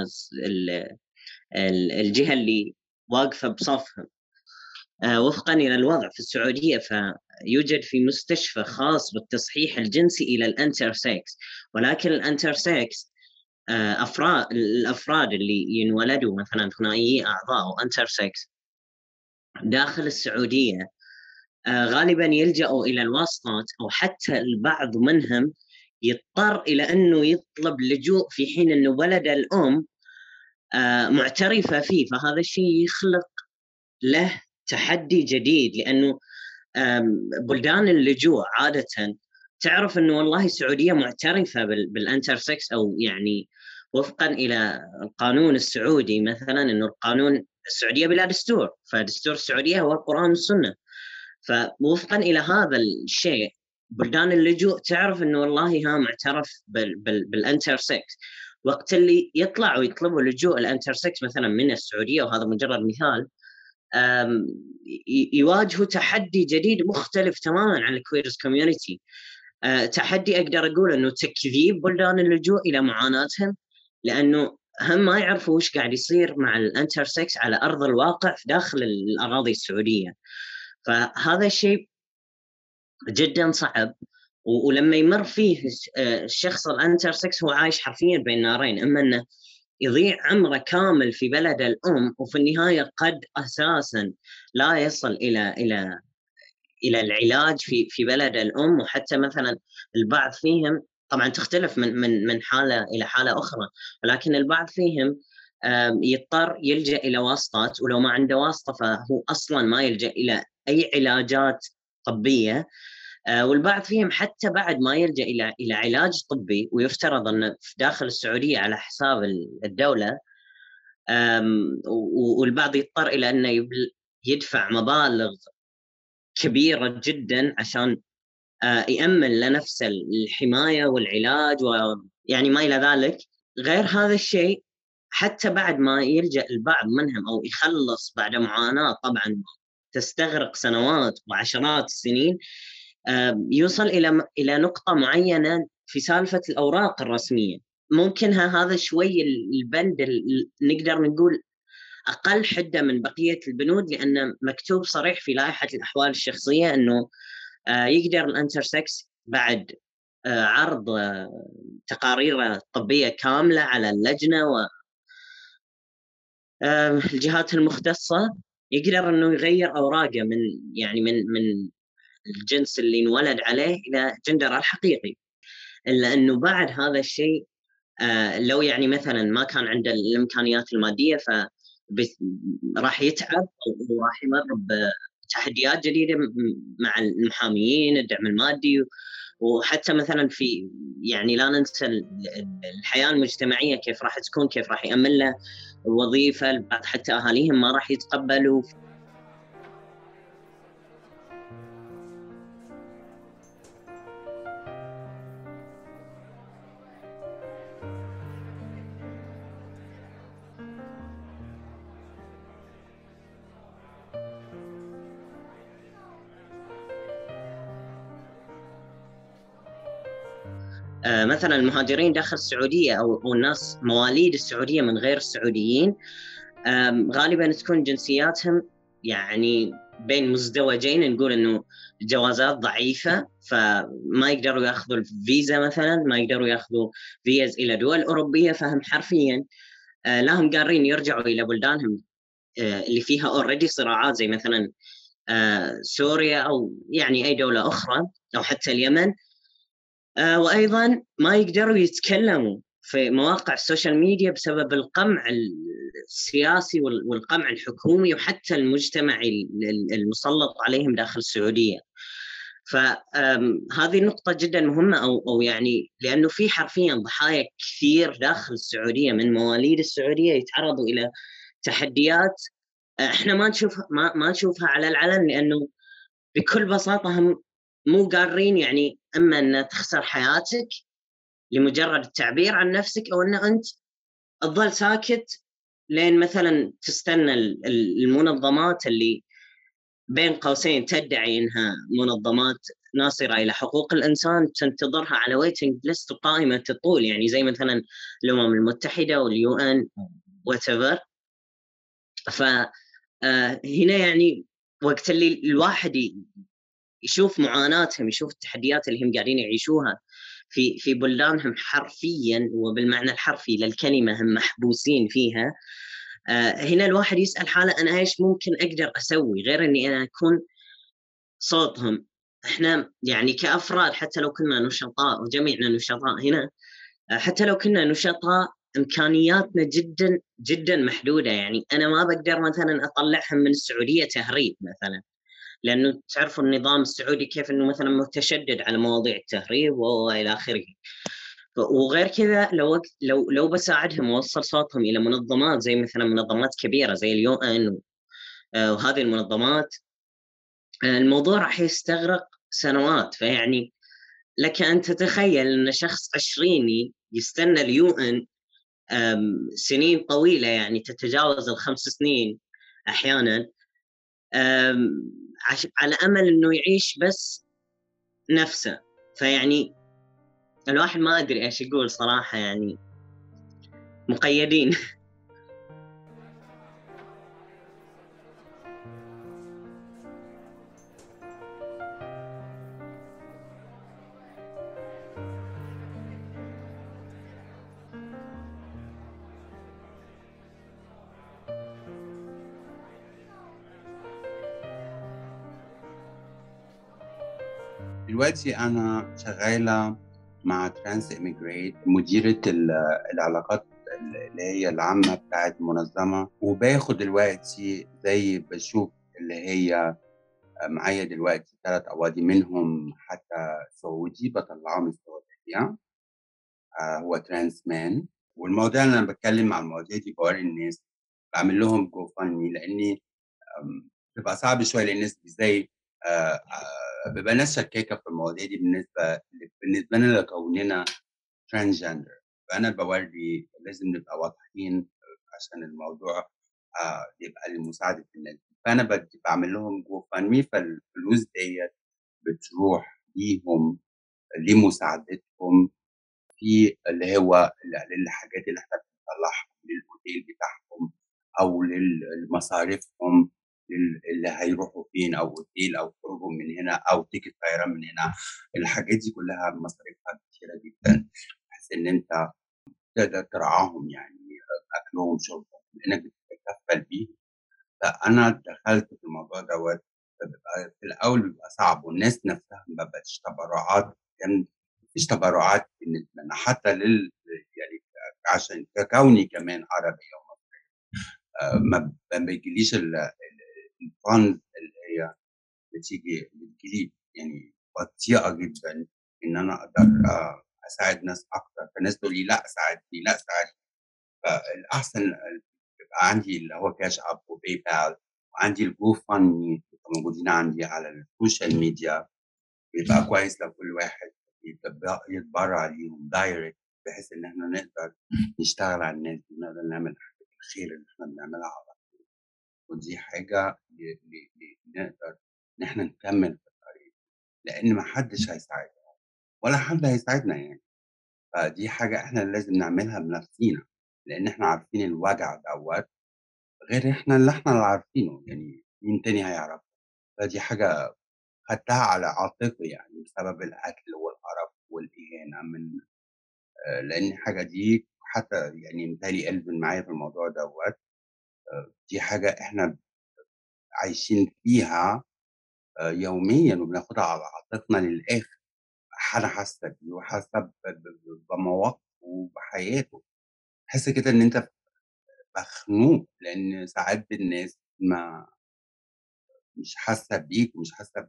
الجهة اللي واقفة بصفهم. وفقا إلى الوضع في السعودية، فيوجد في مستشفى خاص بالتصحيح الجنسي إلى الانترسكس، ولكن الانترسكس الأفراد اللي ينولدوا مثلا ثنائيي أعضاء أو انترسكس داخل السعودية غالبا يلجأوا إلى الواسطات، أو حتى البعض منهم يضطر إلى أنه يطلب لجوء في حين أنه بلد الأم معترفة فيه. فهذا الشيء يخلق له تحدي جديد، لأنه بلدان اللجوء عادة تعرف أنه والله السعودية معترفة بالانترسكس، أو يعني وفقا إلى القانون السعودي مثلا، أنه القانون السعودية بلا دستور، فدستور السعودية هو القرآن والسنة. فوفقا إلى هذا الشيء بلدان اللجوء تعرف أنه والله معترف بالانترسكس. وقت اللي يطلعوا يطلبوا لجوء الانترسكس مثلا من السعودية، وهذا مجرد مثال، يواجهوا تحدي جديد مختلف تماما عن الكويرز كوميونتي. تحدي أقدر أقول أنه تكذيب بلدان اللجوء إلى معاناتهم، لأنه هم ما يعرفوا وش قاعد يصير مع الانترسكس على أرض الواقع في داخل الأراضي السعودية. فهذا الشيء جدا صعب. ولما يمر فيه الشخص الانترسكس هو عايش حرفيا بين نارين، اما انه يضيع عمره كامل في بلد الام، وفي النهايه قد اساسا لا يصل الى العلاج في بلد الام. وحتى مثلا البعض فيهم طبعا تختلف من حاله الى حاله اخرى، ولكن البعض فيهم يضطر يلجأ الى واسطات، ولو ما عنده واسطه فهو اصلا ما يلجأ الى اي علاجات طبيه. والبعض فيهم حتى بعد ما يلجأ إلى علاج طبي، ويفترض أنه في داخل السعودية على حساب الدولة، والبعض يضطر إلى أنه يدفع مبالغ كبيرة جدا عشان يأمن لنفسه الحماية والعلاج ويعني ما إلى ذلك. غير هذا الشيء، حتى بعد ما يلجأ البعض منهم أو يخلص بعد معاناة طبعا تستغرق سنوات وعشرات السنين، يوصل إلى نقطة معينة في سالفة الأوراق الرسمية. ممكن هذا شوي البند نقدر نقول أقل حدة من بقية البنود، لأنه مكتوب صريح في لائحة الأحوال الشخصية أنه يقدر الانترسكس بعد عرض تقارير طبية كاملة على اللجنة والجهات المختصة، يقدر أنه يغير أوراقه من الجنس اللي انولد عليه إلى جندره الحقيقي. إلا أنه بعد هذا الشيء لو يعني مثلا ما كان عنده الإمكانيات المادية راح يتعب وراح يمر بتحديات جديدة مع المحاميين، الدعم المادي، وحتى مثلا في يعني لا ننسى الحياة المجتمعية كيف راح تكون، كيف راح يأمن له وظيفة. بعد حتى أهاليهم ما راح يتقبلوا. مثلا المهاجرين داخل السعودية أو الناس مواليد السعودية من غير السعوديين، غالبا تكون جنسياتهم يعني بين مزدوجين. نقول إنه الجوازات ضعيفة، فما يقدروا يأخذوا الفيزا مثلا، ما يقدروا يأخذوا فيز إلى دول أوروبية، فهم حرفيا لهم قارين يرجعوا إلى بلدانهم اللي فيها أوريدي صراعات، زي مثلا سوريا أو يعني أي دولة أخرى أو حتى اليمن. وأيضا ما يقدروا يتكلموا في مواقع السوشيال ميديا بسبب القمع السياسي والقمع الحكومي وحتى المجتمعي المسلط عليهم داخل السعودية. فهذه نقطة جدا مهمة، أو يعني لأنه في حرفيا ضحايا كثير داخل السعودية من مواليد السعودية يتعرضوا إلى تحديات احنا ما نشوفها على العلن، لأنه بكل بساطة هم مو قارين يعني إما أن تخسر حياتك لمجرد التعبير عن نفسك، أو أن أنت تظل ساكت لين مثلا تستنى المنظمات اللي بين قوسين تدعي إنها منظمات ناصرة إلى حقوق الإنسان، تنتظرها على ويتنج ليست قائمة الطول، يعني زي مثلا الأمم المتحدة واليو ان whatever. فهنا يعني وقت اللي الواحد يشوف معاناتهم، يشوف التحديات اللي هم قاعدين يعيشوها في بلدانهم حرفيا وبالمعنى الحرفي للكلمة، هم محبوسين فيها. هنا الواحد يسأل حاله أنا إيش ممكن أقدر أسوي غير أني أنا أكون صوتهم. إحنا يعني كأفراد حتى لو كنا نشطاء، وجميعنا نشطاء هنا، حتى لو كنا نشطاء إمكانياتنا جدا جدا محدودة. يعني أنا ما بقدر مثلا أطلعهم من السعودية تهريب مثلا، لأنه تعرفوا النظام السعودي كيف أنه مثلا متشدد على مواضيع التهريب وإلى آخره. وغير كذا لو بساعدهم ووصل صوتهم إلى منظمات زي مثلا منظمات كبيرة زي اليو ان وهذه المنظمات، الموضوع راح يستغرق سنوات. فيعني لك أن تتخيل أن شخص 20 يستنى اليو ان سنين طويلة، يعني تتجاوز ال5 سنين أحيانا، على أمل أنه يعيش بس نفسه. فيعني الواحد ما أدري إيش يقول صراحة، يعني مقيدين. دلوقتي أنا شغالة مع ترانس إيميجريت، مديرة العلاقات اللي هي العامة بتاعت منظمة، وباخد دلوقتي زي بشوف اللي هي معايا دلوقتي 3 قواضي منهم حتى سعودي بطلعه من السعودية. هو ترانس مان، والمواضيع اللي أنا بتكلم مع المواضيع دي بوري الناس، بعمل لهم جو فاني، لأني بيبقى صعب شوية للناس ازاي بيبقى ناس شكاكة في المواضيع دي بالنسبة لنا لكوننا ترانسجندر. فأنا بوري لازم نبقى واضحين عشان الموضوع يبقى لمساعدة الناس. فأنا بعمل لهم جو فاني، فالفلوس ديت بتروح ليهم لمساعدتهم في اللي هو للحاجات اللي احنا بنطلعها للأوتيل بتاعهم أو لمصاريفهم اللي هيروحوا فين، أو أوتيل أو خروجهم من هنا أو تيكت طيران من هنا. الحاجات دي كلها مصاريفها كتيرة جدا، بحيث إن أنت تقدر ترعاهم، يعني أكلهم شربهم لأنك بتتكفل بيهم. فأنا دخلت في الموضوع دوت. فبيبقى في الأول بيبقى صعب، والناس نفسها ما بقتش تبرعات، كان مفيش تبرعات بالنسبة لنا حتى يعني عشان ككوني كمان عربي ما بيجيليش الفند اللي هي بتجيلي يعني بطيئة جدا إن أنا أقدر أساعد ناس أكتر. فالناس تقول لي لا ساعدني لا ساعدني. فالأحسن يبقى عندي اللي هو كاش أب وباي بال، وعندي الجو فاني موجودين عندي على السوشيال ميديا. بيبقى كويس لو كل واحد يتبرع ليهم دايركت، بحيث إن إحنا نقدر نشتغل على الناس دي، نقدر نعمل الخير اللي إحنا بنعملها على طول. ودي حاجة نقدر إن إحنا نكمل في الطريق، لأن ما حدش هيساعدنا ولا حد هيساعدنا يعني. فدي حاجة إحنا لازم نعملها بنفسينا، لأن إحنا عارفين الوجع دوت غير اللي إحنا عارفينه، يعني مين تاني هيعرفه. فدي حاجة خدتها على عاتقي، يعني بسبب القتل والقرف والإهانة من لأن الحاجة دي حتى يعني متهيألي ألفين معايا في الموضوع دوت. دي حاجة إحنا عايشين فيها يوميًا وبناخدها على عاتقنا للآخر. أنا حاسة بيه وحاسة بمواقفه وبحياته. تحس كده إن أنت مخنوق، لأن ساعات الناس مش حاسة بيك ومش حاسة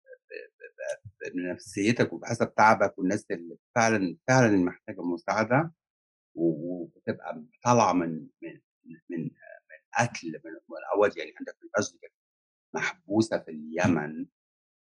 بنفسيتك وحاسة بتعبك، والناس اللي فعلًا محتاجة مساعدة وبتبقى طالعة من قتل من الأول. يعني عندك الأزهر محبوسة في اليمن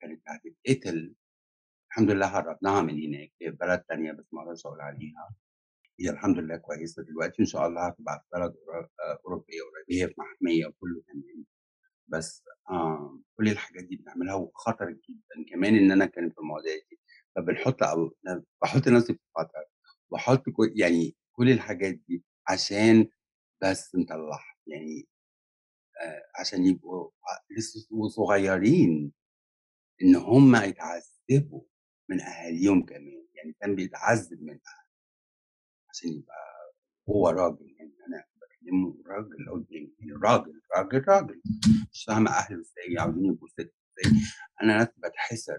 كانت هتتقتل. الحمد لله هرّبناها من هناك، هي في بلد تانية بس ما أقدرش أقول عليها. هي الحمد لله كويسة دلوقتي، إن شاء الله هتبقى في بلد أوروبية قريب، هي في محمية وكُلّه تمام. بس كل الحاجات دي بنعملها وخطر جدًا كمان إن أنا أتكلّم في المواضيع دي، فبنحُط أو باحُط نَفْسي في خطر، باحُط يعني كل الحاجات دي عشان بس نطلّعها، يعني عشان يبقوا لسه وصغيّرين إن هم يتعذّبوا من أهاليهم كمان، يعني كان بيتعذّب من عشان يبقى هو راجل، يعني أنا باكلمه راجل قدّامي، يعني راجل، راجل، راجل، مش فاهمة أهله إزاي عاوزين يبقوا ست إزاي. أنا ناس باتحسر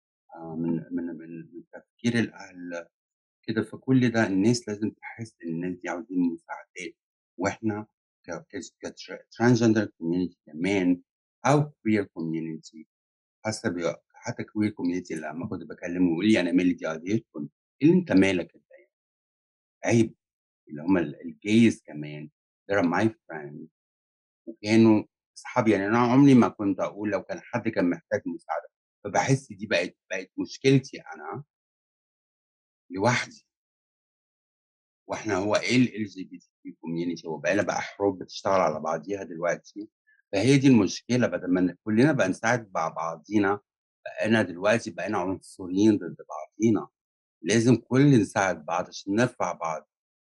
من تفكير الأهل كده، فكل ده الناس لازم تحس إن الناس دي عاوزين مساعدات، وإحنا كtransgender community كمان أو queer community حتى queer community لمّا كنت باكلمه يقول لي: "أنا مالي دي قضيتكم." إيه اللي أنت مالك أنت يعني؟ عيب. اللي هم الgays كمان they're my friends وكانوا أصحابي، يعني أنا عمري ما كنت أقول لو كان حد كان محتاج مساعدة، فباحس دي بقت مشكلتي أنا لوحدي. وإحنا هو إيه الLGBTQ community هو بقى حروب بتشتغل على بعضيها دلوقتي، فهي دي المشكلة بدل ما كلنا بقى نساعد مع بعضينا، بقينا عنصريين ضد بعضينا، لازم نساعد بعض عشان نرفع بعض،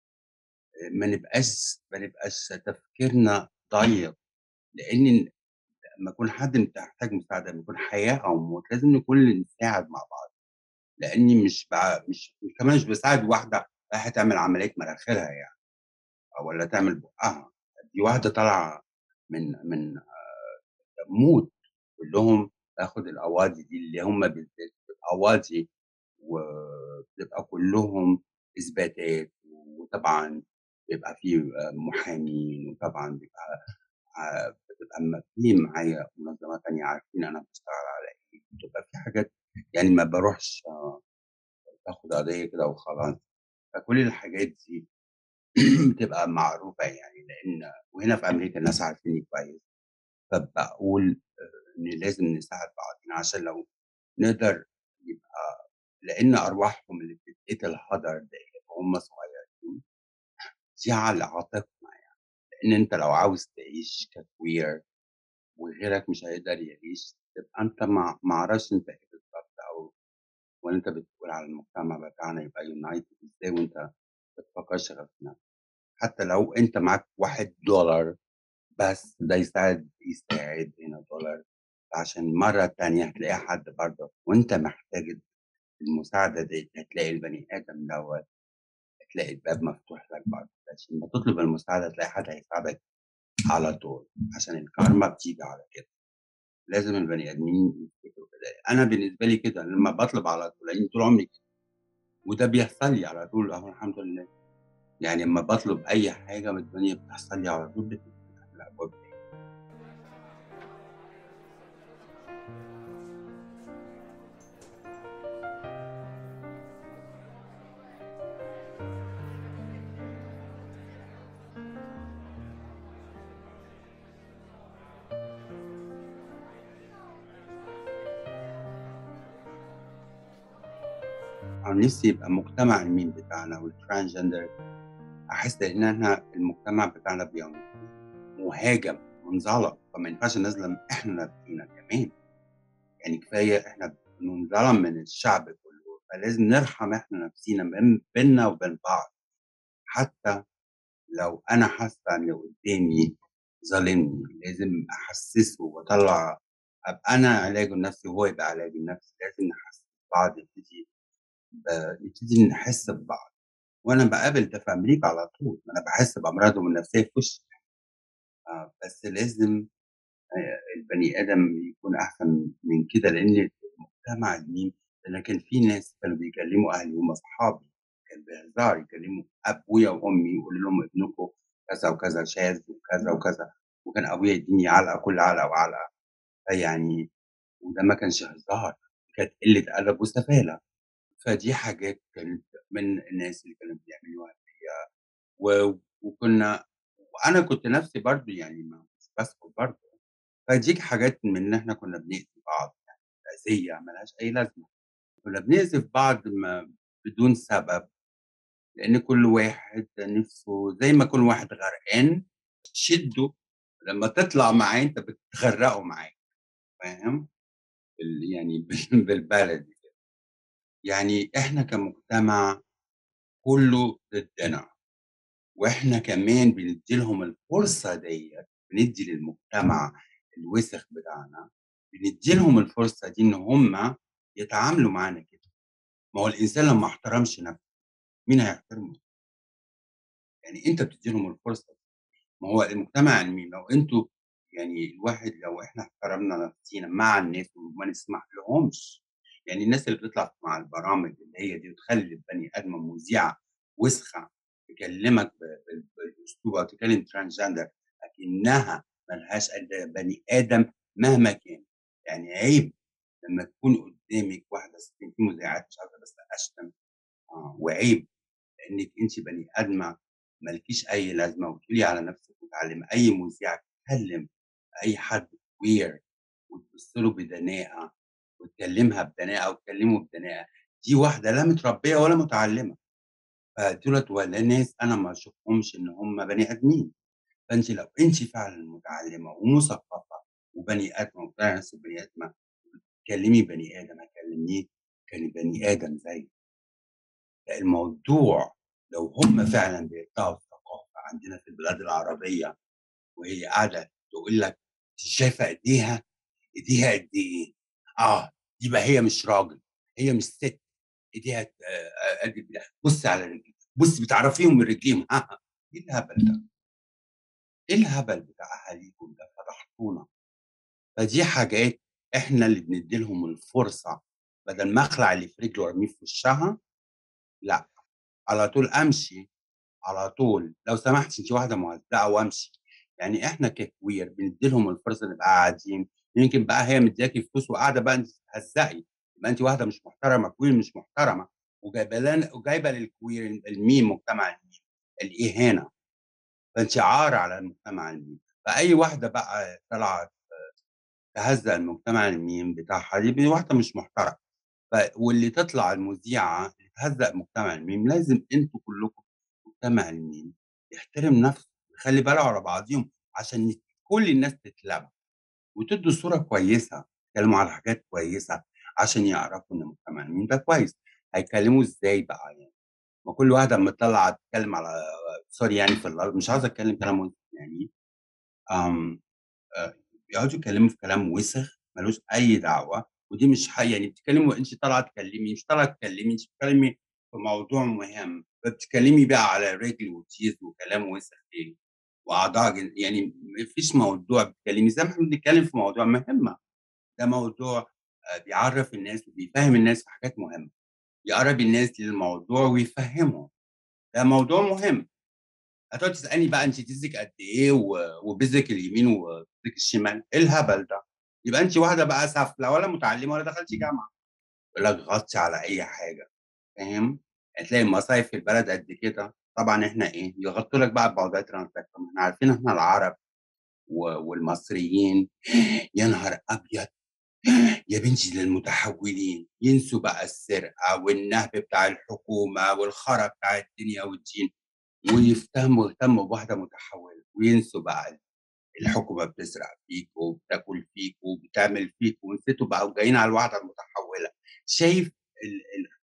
ما نبقاش تفكيرنا ضيّق، لإن لمّا يكون حد محتاج مساعدة، لمّا يكون حياة أو موت، لازم نساعد مع بعض، لإني مش كمان مش باساعد واحدة رايحة تعمل عملية مناخيرها يعني والّا تعمل بُقّها، دي واحدة طالعة من تموت، كلّهم تاخد الأواضي دي اللي هم بالذات أواضي وبتبقى كلّهم إثباتات، وطبعًا بيبقى في محامين، وطبعًا بتبقى في معايا منظمات تانية عارفين أنا باشتغل على إيه، بتبقى في حاجات يعني ما باروحش باخد قضية كده وخلاص، فكل الحاجات دي بتبقى معروفة يعني وهنا في أمريكا الناس عارفينّي كويس، فباقول إن لازم نساعد بعضينا عشان لو نقدر يبقى لإن أرواحهم اللي بتتقتل هدر ديّة وهُم صغيرين، دي على عاتقنا يعني، لإن أنت لو عاوز تعيش كqueer وغيرك مش هيقدر يعيش، تبقى أنت ما أعرفش أنت إيه بالضبط والّا أنت بتقول على المجتمع بتاعنا يبقى united إزاي وأنت ما بتفكّرش غير في نَفْسك، حتى لو أنت معاك $1 بس ده يساعد هنا دولار عشان مرّة تانية هتلاقي حد برضه وأنت محتاج المساعدة ديّة، هتلاقي البني آدم دوّة، هتلاقي الباب مفتوح لك برضه، بس لمّا تطلب المساعدة تلاقي حد هيساعدك على طول، عشان الكارما بتيجي على كده، لازم البني آدمين يفتكروا كده، أنا بالنسبة لي كده لمّا باطلب على طول لإني طول عمري كده، وده بيحصل لي على طول أهو الحمد لله، يعني أمّا باطلب أي حاجة من الدنيا بتحصل لي على طول بتتفتح الأبواب. أنا نفسي يبقى مجتمع الميم بتاعنا والtransgender أحس إن إحنا المجتمع بتاعنا مهاجم وانظلم، فما ينفعش نظلم إحنا نفسينا كمان، يعني كفاية إحنا بننظلم من الشعب كله، فلازم نرحم إحنا نفسينا بيننا وبين بعض، حتى لو أنا حاسة إن اللي قدامي ظالمني، لازم أحسسه أبقى أنا علاجه النفسي وهو يبقى علاجي النفسي، لازم نحسس بعض نبتدي نحس ببعض. وأنا باقابل ده في أمريكا على طول، ما أنا باحس بأمراضهم النفسية في وشي، بس لازم البني آدم يكون أحسن من كده، لإن المجتمع أنا كان في ناس كانوا بيكلموا أهلي وهُم صحابي، كان بهزار يكلموا أبويا وأمي يقولوا لهم ابنكم كذا وكذا شاذ وكذا وكذا، وكان أبويا يدّيني علقة كل علقة وعلقة، فيعني وده ما كانش هزار، كانت قلة أدب وسفالة، فدي حاجات كانت من الناس اللي كانوا بيعملوها فيّا وأنا كنت نَفْسي برضه يعني ما كنتش باسكت برضه، فدي حاجات من إن إحنا كُنّا بنأذي بعض يعني أذية ما لهاش أي لازمة، كنا بنقذف بعض بدون سبب، لإن كل واحد نِفْسه زي ما يكون واحد غرقان تشدّه، لمّا تطلع معاه أنت بتغرّقه معاك، فاهم؟ يعني بالبلدي كده، يعني إحنا كمجتمع كُلّه ضدنا، وإحنا كمان بندّي لهم الفرصة ديّة، بندّي للمجتمع الوسخ بتاعنا، بندّي لهم الفرصة دي إن هم يتعاملوا معانا كده، ما هو الإنسان لو ما احترمش نَفْسه مين هيحترمه؟ يعني أنت بتدّي لهم الفرصة، ما هو المجتمع يعني لو أنتم يعني الواحد لو إحنا احترمنا نَفْسينا مع الناس وما نسمح لهمش، يعني الناس اللي بتطلع مع البرامج اللي هي دي وتخلّي البني آدمة مذيعة وسخة تكلّمك بالأسلوب أو تكلّم transgender أكنّها ما لهاش بني آدم مهما كان، يعني عيب لمّا تكون قدّامِك واحدة ست في مذيعات مش عايزة بس أشتم، وعيب لإنِّك أنتِ بني آدمة ما لكيش أي لازمة وتقولي على نَفْسِك متعلمة، أي مذيعة تتكلم أي حد queer وتبُص له بدناءة وتكلمها بدناءة وتكلمه بدناءة، دي واحدة لا متربية ولا متعلمة، فدُولة ولا ناس أنا ما أشوفهمش إن هم بني آدمين، فأنتِ لو أنتِ فعلًا متعلمة ومثقفة وبني آدمة وفعلًا نَفْسِك بني آدمة وبتكلمي بني آدم هتكلميه كبني آدم زيِّك. الموضوع لو هم فعلًا بيرجعوا الثقافة عندنا في البلاد العربية، وهي قاعدة تقول لك أنتِ شايفة إيديها، إيديها قد إيه؟ يبقى هي مش راجل، هي مش ست، إيديها قد البتاع، بُصّي على رجليها، بُصّي بتعرفيهم من رجليهم، إيه الهبل ده؟ إيه الهبل بتاع أهاليكم ده؟ فضحتونا، فدي حاجات إحنا اللي بندّي لهم الفرصة، بدل ما أخلع اللي في رجلي وأرميه في وشّها، لأ، على طول أمشي على طول، لو سمحتِ أنتِ واحدة مهزأة وامشي، يعني إحنا كqueer بندّي لهم الفرصة نبقى قاعدين، يمكن بقى هي مدياكِ فلوس وقاعدة بقى أنتِ تتهزقي، يبقى أنتِ واحدة مش محترمة queer مش محترمة، وجايبة للqueer الميم مجتمع الميم الإهانة، فأنتِ عار على المجتمع الميم، فأي واحدة بقى طالعة تهزّق المجتمع الميم بتاعها دي واحدة مش محترمة. واللي تطلع المذيعة اللي تهزّق مجتمع الميم، لازم أنتم كلّكم مجتمع الميم يحترم نَفْسه، يخلّي باله على بعضيهم عشان كل الناس تتلَم، وتدّوا صورة كويسة، تتكلّموا على حاجات كويسة عشان يعرفوا إن مجتمع الميم ده كويس، هيتكلّموا إزاي بقى يعني؟ ما كل واحدة أمّا تطلّع تتكلّم على sorry يعني في مش عاوز أتكلّم كلام وِحِش يعني، آمم بيقعدوا يتكلموا في كلام وِسِخ ما لوش أي دعوة، ودي مش يعني بتتكلمي أنتِ طالعة تكلمي مش طالعة تتكلمي، أنتِ بتتكلمي في موضوع مهم، فبتتكلمي بقى على رجل وتيز وكلام وِسِخ إيه، وأعضاء يعني ما فيش موضوع بتتكلمي زي ما إحنا بنتكلم في مواضيع مهمة، ده موضوع بيعرّف الناس وبيفهّم الناس في حاجات مهمة، يقرّب الناس للموضوع ويفهّمهم، ده موضوع مهم. هتقعد تسألني بقى أنتِ تيزِك قد إيه وبيزك اليمين وبيزك الشمال، إيه الهبل ده؟ يبقى أنتِ واحدة بقى سافلة ولا متعلمة ولا دخلتِ جامعة، يقول لك غطّي على أي حاجة، فاهم؟ هتلاقي المصايف في البلد قد كده، طبعًا إحنا إيه، يغطّوا لك بقى ببعضيات transparent ما إحنا عارفين إحنا العرب والمصريين يا نهار أبيض! يا بنتي للمتحولين، ينسوا بقى السرقة والنهب بتاع الحكومة والخرا بتاع الدنيا والدين. يهتموا بواحدة متحولة، وينسوا بقى الحكومة بتسرق فيك وبتاكل فيك وبتعمل فيك، ونسيتوا بقى وجايين على الواحدة المتحولة، شايف ال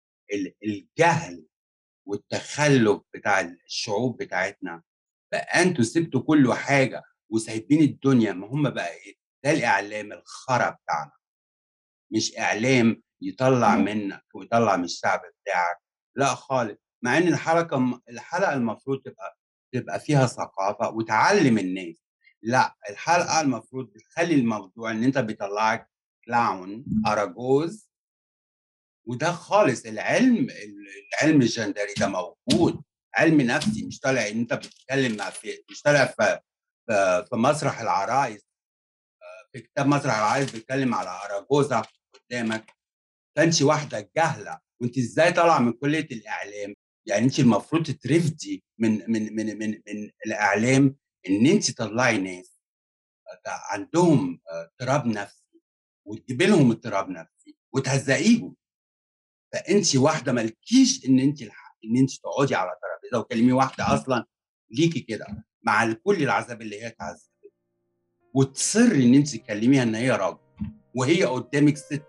الجهل والتخلُّف بتاع الشعوب بتاعتنا، بقى أنتم سِبتوا كل حاجة وسايبين الدنيا، ما هم بقى إيه، ده الإعلام الخرا بتاعنا. مش إعلام يطلّع منّك ويطلّع من الشعب بتاعك، لأ خالص، مع إن الحلقة المفروض تبقى فيها ثقافة وتعلّم الناس، لأ الحلقة المفروض تخلّي الموضوع إن أنت بيطلّعك clown أراجوز، وده خالص العلم الجندري ده موجود، علم نفسي مش طالع إن أنت بتتكلّم مش طالع في مسرح العرايس، في كتاب مسرح العرايس بيتكلّم على أراجوزة قدّامك. فأنتِ واحدة جاهلة، وأنتِ إزاي طالعة من كلية الإعلام، يعني أنتِ المفروض تترفدي من الإعلام إن أنتِ تطلّعي ناس عندهم اضطراب نفسي، وتجيبي لهم اضطراب نفسي، وتهزقيهم. فانت واحده مالكيش ان انت تقعدي على ترابيزه وتكلمي واحده اصلا ليكي كده مع كل العذاب اللي هي اتعذبت، وتصري ان انت تكلميها ان هي راجل وهي قدامك ست.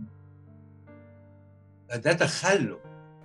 فده تخلف.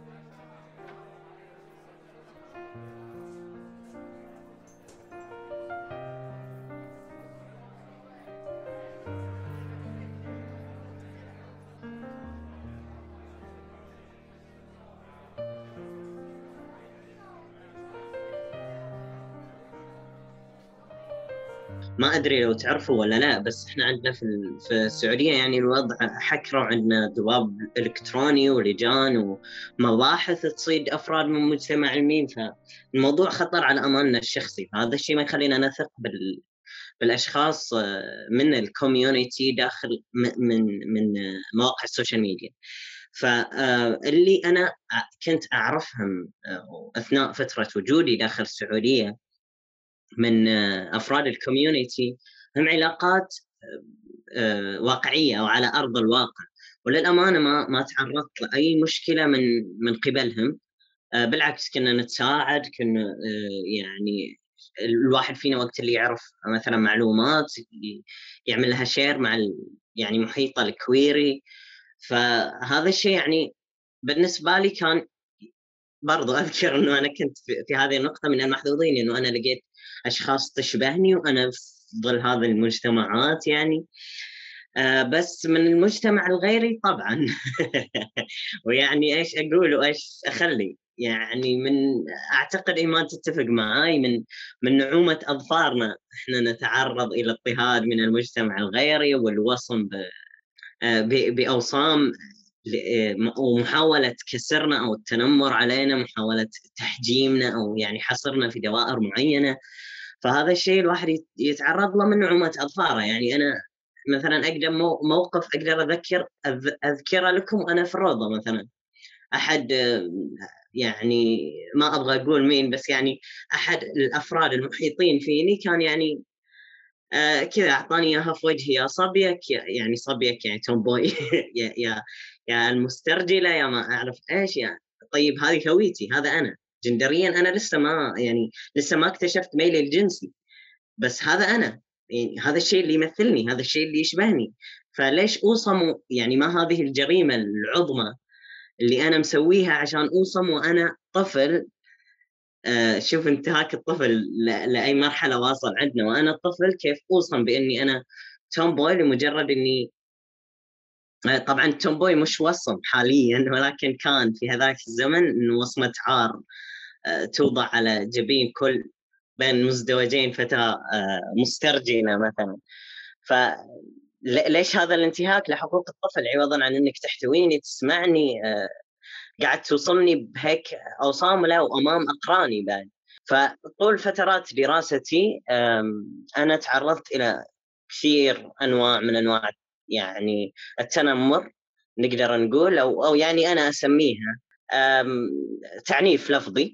ما ادري لو تعرفوا ولا لا، بس احنا عندنا في السعوديه يعني الوضع حكره، عندنا دواب الكتروني ولجان ومباحث تصيد افراد من مجتمع الميم، فالموضوع خطر على اماننا الشخصي. فهذا الشيء ما يخلينا نثق بالاشخاص من الكوميونتي داخل من مواقع السوشيال ميديا. فاللي انا كنت اعرفهم اثناء فتره وجودي داخل السعوديه من افراد الكوميونتي هم علاقات واقعيه او على ارض الواقع، وللامانه ما تعرضت لاي مشكله من قبلهم. بالعكس كنا نتساعد، كنا يعني الواحد فينا وقت اللي يعرف مثلا معلومات يعمل لها شير مع يعني محيطه الكويري. فهذا الشيء يعني بالنسبه لي كان برضو اذكر انه انا كنت في هذه النقطه من المحظوظين، انه انا لقيت اشخاص تشبهني وانا في ظل هذه المجتمعات يعني. بس من المجتمع الغيري طبعا ويعني ايش اقول وايش اخلي، يعني اعتقد ايمان تتفق معاي، من نعومه اظفارنا احنا نتعرض الى اضطهاد من المجتمع الغيري والوصم باوصام ومحاولة كسرنا أو التنمر علينا، محاولة تحجيمنا أو يعني حصرنا في دوائر معينة. فهذا الشيء الواحد يتعرض له من نعومة أظفاره. يعني أنا مثلا أقدم موقف أقدر أذكره لكم، أنا في الروضة مثلا أحد يعني ما أبغى أقول مين، بس يعني أحد الأفراد المحيطين فيني كان يعني كذا أعطاني إياها في وجهي، يا صبيك يعني صبيك يعني تومبوي يا المسترجلة يا ما أعرف إيش يعني. طيب هذه هويتي، هذا أنا جندريا، أنا لسه ما اكتشفت ميلي الجنسي، بس هذا أنا، يعني هذا الشيء اللي يمثلني، هذا الشيء اللي يشبهني. فليش أوصم؟ يعني ما هذه الجريمة العظمى اللي أنا مسويها عشان أوصم وأنا طفل؟ شوف انتهاك الطفل لأي مرحلة واصل عندنا وأنا طفل، كيف أوصم بأني أنا تومبوي لمجرد أني طبعا تومبوي مش وصم حاليا، ولكن كان في هذاك الزمن أنه وصمة عار توضع على جبين كل بين مزدوجين فتاة مسترجلة مثلا. فليش هذا الانتهاك لحقوق الطفل عوضا عن أنك تحتويني تسمعني؟ قاعد توصلني بهيك أوصام له وأمام أقراني بعد. فطول فترات دراستي أنا تعرضت إلى كثير أنواع من أنواع يعني التنمر، نقدر نقول أو يعني أنا أسميها تعنيف لفظي.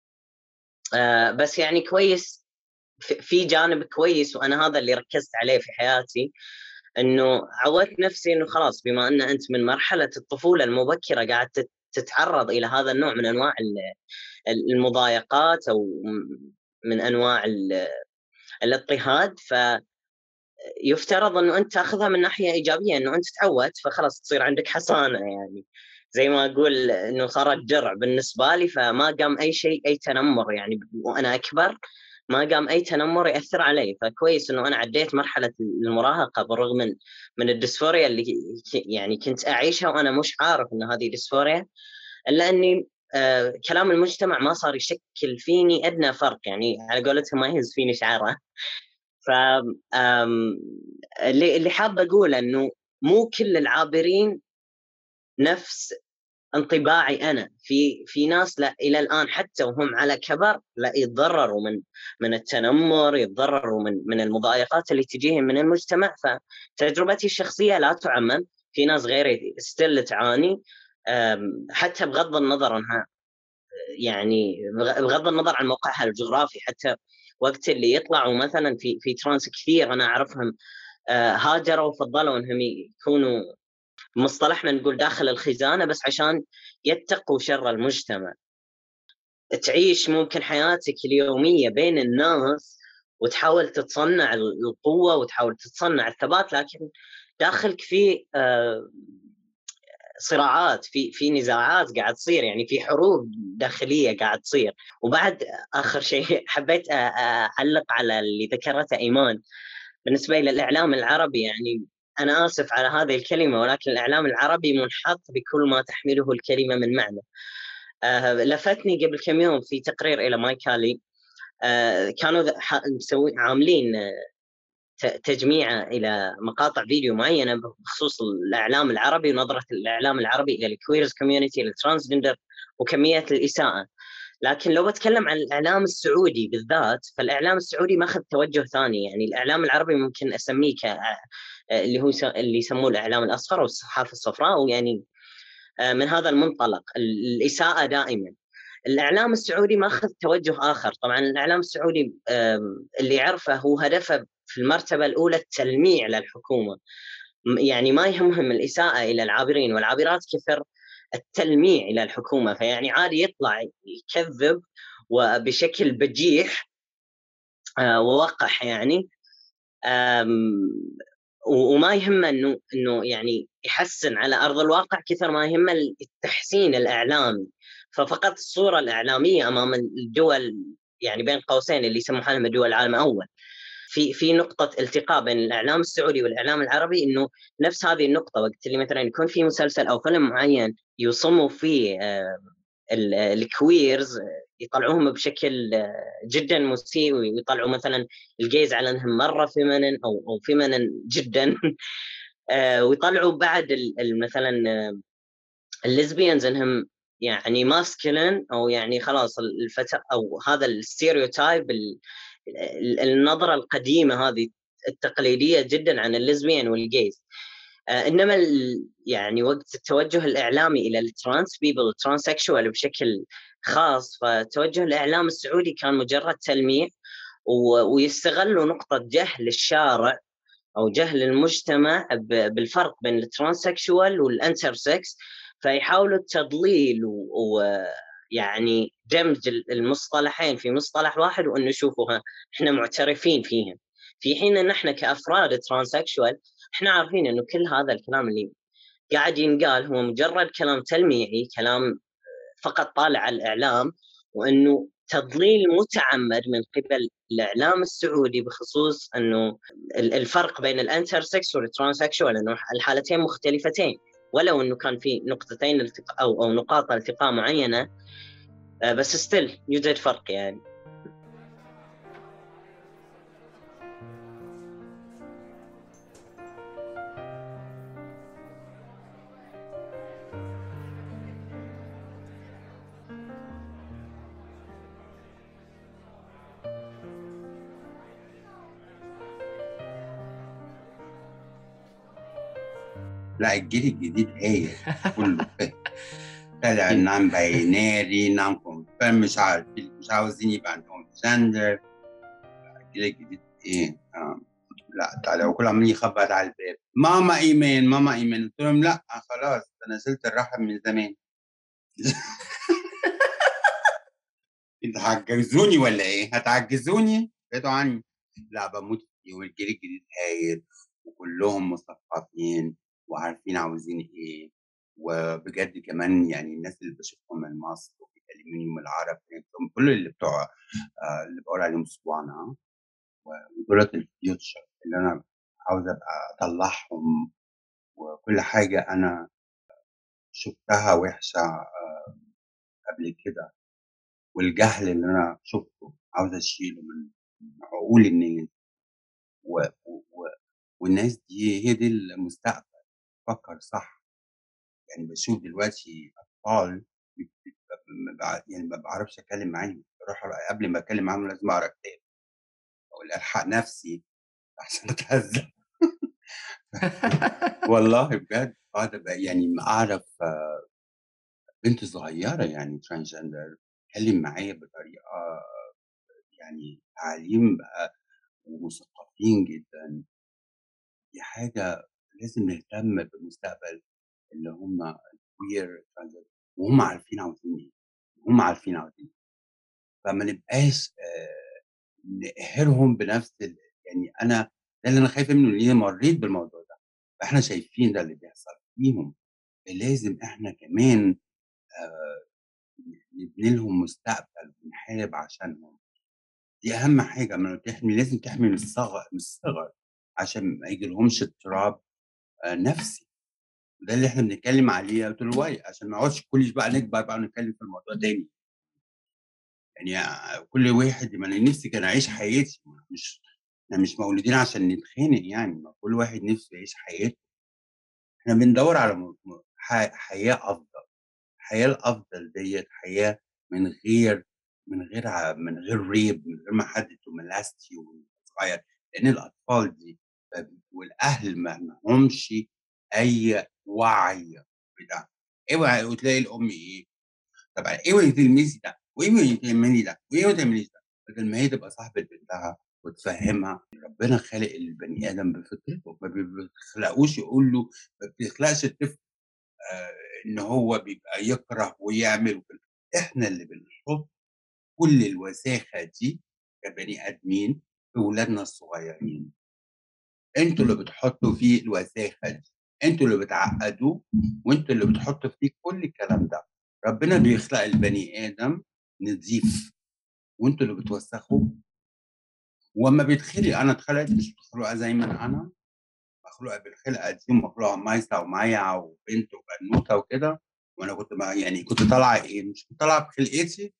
بس يعني كويس، في جانب كويس وأنا هذا اللي ركزت عليه في حياتي، أنه عودت نفسي أنه خلاص بما أن أنت من مرحلة الطفولة المبكرة قاعد تتعرض إلى هذا النوع من أنواع المضايقات أو من أنواع الاضطهاد، فيفترض أنه أنت تأخذها من ناحية إيجابية، أنه أنت تعودت فخلاص تصير عندك حصانة، يعني زي ما أقول أنه صارت درع بالنسبة لي. فما قام أي شيء، أي تنمر يعني وأنا أكبر ما قام أي تنمر يأثر علي. فكويس أنه أنا عديت مرحلة المراهقة بالرغم من الديسفوريا اللي يعني كنت أعيشها وأنا مش عارف أن هذه ديسفوريا، إلا أني كلام المجتمع ما صار يشكل فيني أدنى فرق، يعني على قولتهم ما يهز فيني شعره. ف اللي حاب أقول أنه مو كل العابرين نفس انطباعي أنا. في ناس لا إلى الآن حتى وهم على كبر لا يتضرروا من التنمر، يتضرروا من المضايقات اللي تجيهم من المجتمع. فتجربتي الشخصية لا تعمم، في ناس غيري ستيل تعاني، حتى بغض النظر عنها، يعني بغض النظر عن موقعها الجغرافي. حتى وقت اللي يطلعوا مثلا في ترانس كثير أنا أعرفهم هاجروا وفضلوا أنهم يكونوا بمصطلحنا نقول داخل الخزانة، بس عشان يتقوا شر المجتمع. تعيش ممكن حياتك اليومية بين الناس وتحاول تتصنع القوة وتحاول تتصنع الثبات، لكن داخلك في صراعات، في نزاعات قاعد تصير، يعني في حروب داخلية قاعد تصير. وبعد آخر شيء حبيت أعلق على اللي ذكرته إيمان بالنسبة إلى الإعلام العربي. يعني أنا آسف على هذه الكلمة، ولكن الإعلام العربي منحط بكل ما تحمله الكلمة من معنى. لفتني قبل كم يوم في تقرير إلى مايكالي، كانوا عاملين تجميع إلى مقاطع فيديو معينة بخصوص الإعلام العربي ونظرة الإعلام العربي إلى الكويرز كوميونيتي، للترانسجندر، وكمية الإساءة. لكن لو بتكلم عن الإعلام السعودي بالذات، فالإعلام السعودي ماخذ توجه ثاني. يعني الإعلام العربي ممكن أسميه اللي هو اللي يسموه الإعلام الأصفر أو الصحافة الصفراء، ويعني من هذا المنطلق الإساءة دائما. الإعلام السعودي ماخذ توجه آخر. طبعا الإعلام السعودي اللي يعرفه هو هدفه في المرتبة الأولى التلميع للحكومة، يعني ما يهمهم الإساءة إلى العابرين والعابرات كثر التلميع إلى الحكومة. فيعني عادي يطلع يكذب وبشكل بجيح ووقح يعني، وما يهمه انه يعني يحسن على ارض الواقع كثر ما يهمه التحسين الاعلامي. ففقط الصوره الاعلاميه امام الدول، يعني بين قوسين اللي يسموا حالهم دول العالم الاول، في نقطه التقاء بين الاعلام السعودي والاعلام العربي، انه نفس هذه النقطه وقت اللي مثلا يكون في مسلسل او فيلم معين يصموا فيه الكويرز، يطلعوهم بشكل جدا مسيء، ويطلعوا مثلا الجيز على انهم مره فيمنن او فيمنن جدا ويطلعوا بعد مثلا الليزبيانز انهم يعني ماسكلين، او يعني خلاص الفتى، او هذا الستيريوتايب، النظره القديمه هذه التقليديه جدا عن الليزبيان والجيز. انما يعني وقت التوجه الاعلامي الى الترانس بيبل والترانسكشوال بشكل خاص، فتوجه الاعلام السعودي كان مجرد تلميع، ويستغلوا نقطه جهل الشارع او جهل المجتمع بالفرق بين الترانسكشوال والانترسكس، فيحاولوا التضليل ويعني دمج المصطلحين في مصطلح واحد، وانه شوفوا احنا معترفين فيهم، في حين ان احنا كافراد ترانسكشوال احنا عارفين انه كل هذا الكلام اللي قاعد ينقال هو مجرد كلام تلميعي، كلام فقط طالع على الاعلام، وانه تضليل متعمد من قبل الاعلام السعودي بخصوص انه الفرق بين الانترسكس والترانسكشوال، انه الحالتين مختلفتين، ولو انه كان في نقطتين التقاء او نقاط التقاء معينه، بس ستيل يوجد فرق يعني. لا، الجيل الجديد هايل كله طالع نعم بايناري، نعم كونفيرم، مش عارفين، مش عاوزين يبقى عندهم جندر. الجيل الجديد ايه؟ لا تعالى، وكل عمال يخبط على الباب، ماما ايمان ماما ايمان. قلت لهم لا خلاص انا نزلت الرحم من زمان. انتوا هتجوزوني ولا ايه؟ هتعجزوني؟ ابعدوا عني. لا بموت فيه، والجيل الجديد هايل وكلهم مثقفين وعارفين عاوزين ايه. وبجد كمان يعني الناس اللي بشوفهم من مصر وبيكلموني من العرب، كل اللي بتوع اللي بقول عليهم اسطوانه، ودولت الفيوتشر اللي انا عاوز ابقى اطلعهم. وكل حاجه انا شفتها وحشه قبل كده، والجهل اللي انا شفته عاوز اشيله من عقول الناس. والناس دي هي دي المستقبل، فكر صح. يعني بشوف دلوقتي اطفال يعني ما بعرفش اتكلم معاهم بصراحه، قبل ما اتكلم معاهم لازم اقرا كتاب او الحق نفسي عشان اتهزق. والله بجد يعني ما اعرف بنت صغيره يعني ترانسجندر تتكلم معايا بطريقه يعني تعليم بقى، ومثقفين جدا. دي حاجه لازم نهتم بالمستقبل اللي هم queer transit وهم عارفين عاوزين إيه، هم عارفين عاوزين إيه، فما نبقاش نقهرهم بنفس يعني أنا ده اللي أنا خايفة منه لإني مرّيت بالموضوع ده، فإحنا شايفين ده اللي بيحصل فيهم، فلازم إحنا كمان آآ نبني لهم مستقبل ونحارب عشانهم، دي أهم حاجة ما لازم تحمي من الصغر عشان ما ييجيلهمش اضطراب نفسي، وده اللي إحنا بنتكلم عليه طول الوقت عشان ما نقعدش كل بقى نكبر بقى ونتكلم في الموضوع تاني، يعني كل واحد ما أنا نفسي كان أعيش حياتي إحنا مش مولودين عشان نتخانق يعني، ما كل واحد نفسه يعيش حياته، إحنا بندوّر على م م ح حياة أفضل. الحياة الأفضل ديّة حياة من غير rape من غير ما حد to molest you وأنت صغير، لإن الأطفال دي والأهل ما معهمش أي وعي بده، اوعي وتلاقي الأم إيه، طب اوعي تلمسي ده، واوعي تعملي ده، واوعي ما تعمليش ده، بدل ما هي تبقى صاحبة بنتها وتفهمها ربنا خالق البني آدم بفطرته، ما بيخلقوش يقول له ما بتخلقش الطفل آآ إن هو بيبقى يكره ويعمل وكده، إحنا اللي بنحط كل الوساخة دي كبني آدمين في ولادنا الصغيرين، أنتم اللي بتحطّوا فيه الوساخة دي، أنتم اللي بتعقّدوه وأنتم اللي بتحطّوا فيه كل الكلام ده، ربنا بيخلق البني آدم نضيف وأنتم اللي بتوسّخوه، وأمّا بيتخلق أنا اتخلقت مش مخلوقة زي ما أنا مخلوقة بالخلقة دي ومخلوقة مايسة ومايعة وبنت وبنوتة وكده، وأنا كنت يعني كنت طالعة إيه، مش كنت طالعة بخلقتي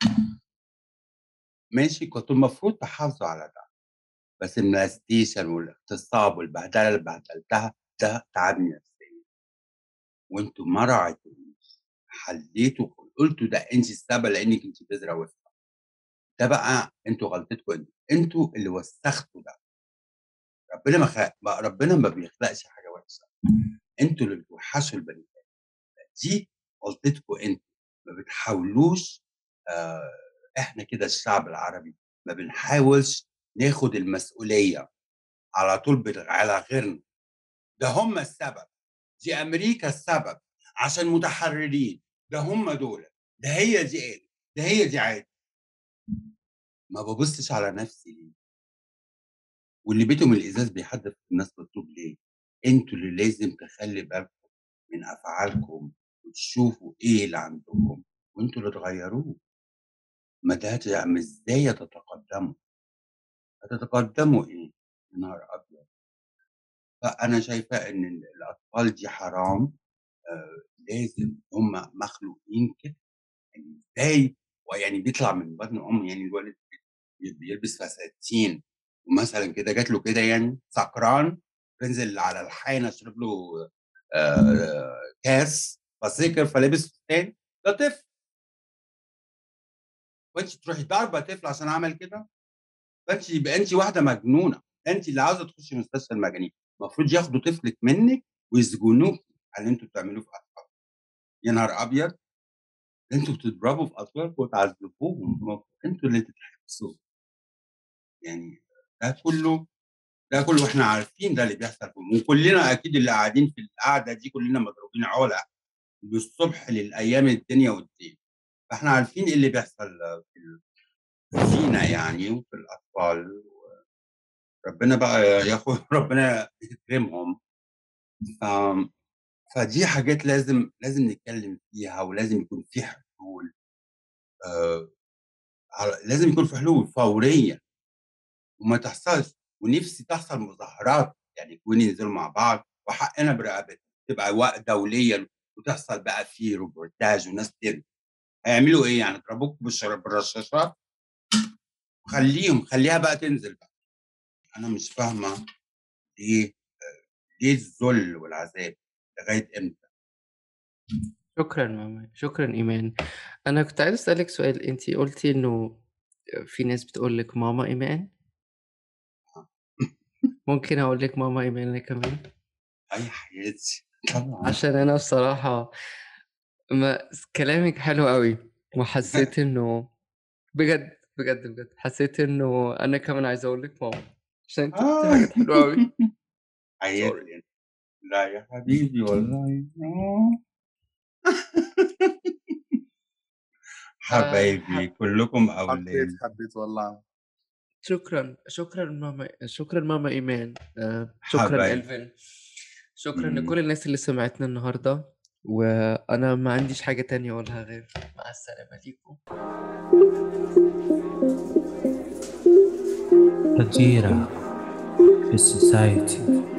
ماشي، كنتم المفروض تحافظوا على ده، بس الملاستيشن والاغتصاب والبهدلة اللي بهدلتها ده تعبني نفسيًا، وأنتم ما راعيتونيش، حليتوا قلتوا ده أنتِ السبب لإنِّك أنتِ بذرة وسخة، ده بقى أنتم غلطتكم أنتم اللي وسختوا ده، ربنا ما بيخلقش حاجة وحشة، أنتم اللي بتوحشوا البني دي غلطتكم أنتم، ما بتحاولوش آآ إحنا كده الشعب العربي ما بنحاولش ناخد المسؤولية، على طول على غيرنا، ده هم السبب، دي أمريكا السبب، عشان متحررين، ده هم دُولة، ده هي دي قالت، ده هي دي عادة، ما بابُصّش على نفسي ليه؟ واللي بيته من الإزاز بيحدّف الناس بالطوب ليه؟ أنتم اللي لازم تخلّي بالكم من أفعالكم وتشوفوا إيه اللي عندكم وأنتم اللي تغيّروه. ما ده إزاي يتقدّموا، هتتقدّموا إيه؟ يا نهار أبيض! فأنا شايفة إن الأطفال دي حرام لازم هم مخلوقين كده، يعني إزاي ويعني بيطلع من بطن أمه يعني الولد بيلبس فساتين ومثلًا كده جات له كده يعني سكران، بينزل على الحانة يشرب له كاس فسِكر فلابس فستان، ده طفل، وأنتِ تروحي ضاربة طفل عشان عمل كده؟ يبقى أنتِ واحدة مجنونة، أنتِ اللي عاوزة تخشي مستشفى المجانين، المفروض ياخدوا طفلِك منِّك ويسجنوكِ على اللي أنتم بتعملوه في أطفالكم، يا نهار أبيض! ده أنتم بتضربوا في أطفالكم وتعذبوهم، المفروض أنتم اللي تتحبسوا، يعني ده كله وإحنا عارفين ده اللي بيحصل وكلنا أكيد اللي قاعدين في القعدة دي كلنا مضروبين عُقلة للصبح للأيام الدنيا والدين، فإحنا عارفين إيه اللي بيحصل في فينا يعني وفي الأطفال، ربنا بقى ربنا يكرمهم. آمم، فدي حاجات لازم نتكلّم فيها ولازم يكون في حلول آآ، لازم يكون في حلول فورية وما تحصلش، ونِفسي تحصل مظاهرات، يعني يكونوا ينزلوا مع بعض وحقنا برقبتنا، تبقى دوليًا وتحصل بقى في روبورتاج وناس هيعملوا إيه يعني يضربوكم بالرشاشات؟ خلّيها بقى تنزل بقى، أنا مش فاهمة ليه ليه الذل والعذاب لغاية إمتى؟ شكرًا ماما، شكرًا إيمان. أنا كنت عايز أسألِك سؤال، أنتِ قُلتِ إنه في ناس بتقول لِك ماما إيمان، ممكن أقول لِك ماما إيمان أنا كمان؟ أي حياتي طبعًا. عشان أنا بصراحة كلامِك حلو أوي، وحسيت إنه بجد، بجد، بجد، حسيت إنه أنا كمان عايز أقول لِك ماما، عشان أنتِ قُلتِ آه. حاجات حلوة أوي. حياتي sorry. يعني. لا يا حبيبي والله حبايبي كلكم أولاد. حبيت والله. شكرا ماما إيمان، شكرا حبايبي. إلفين، شكرا لكل الناس اللي سمعتنا النهاردة، وأنا ما عنديش حاجة تانية أقولها غير مع السلامة ليكم. فجيرة في السوسايتي.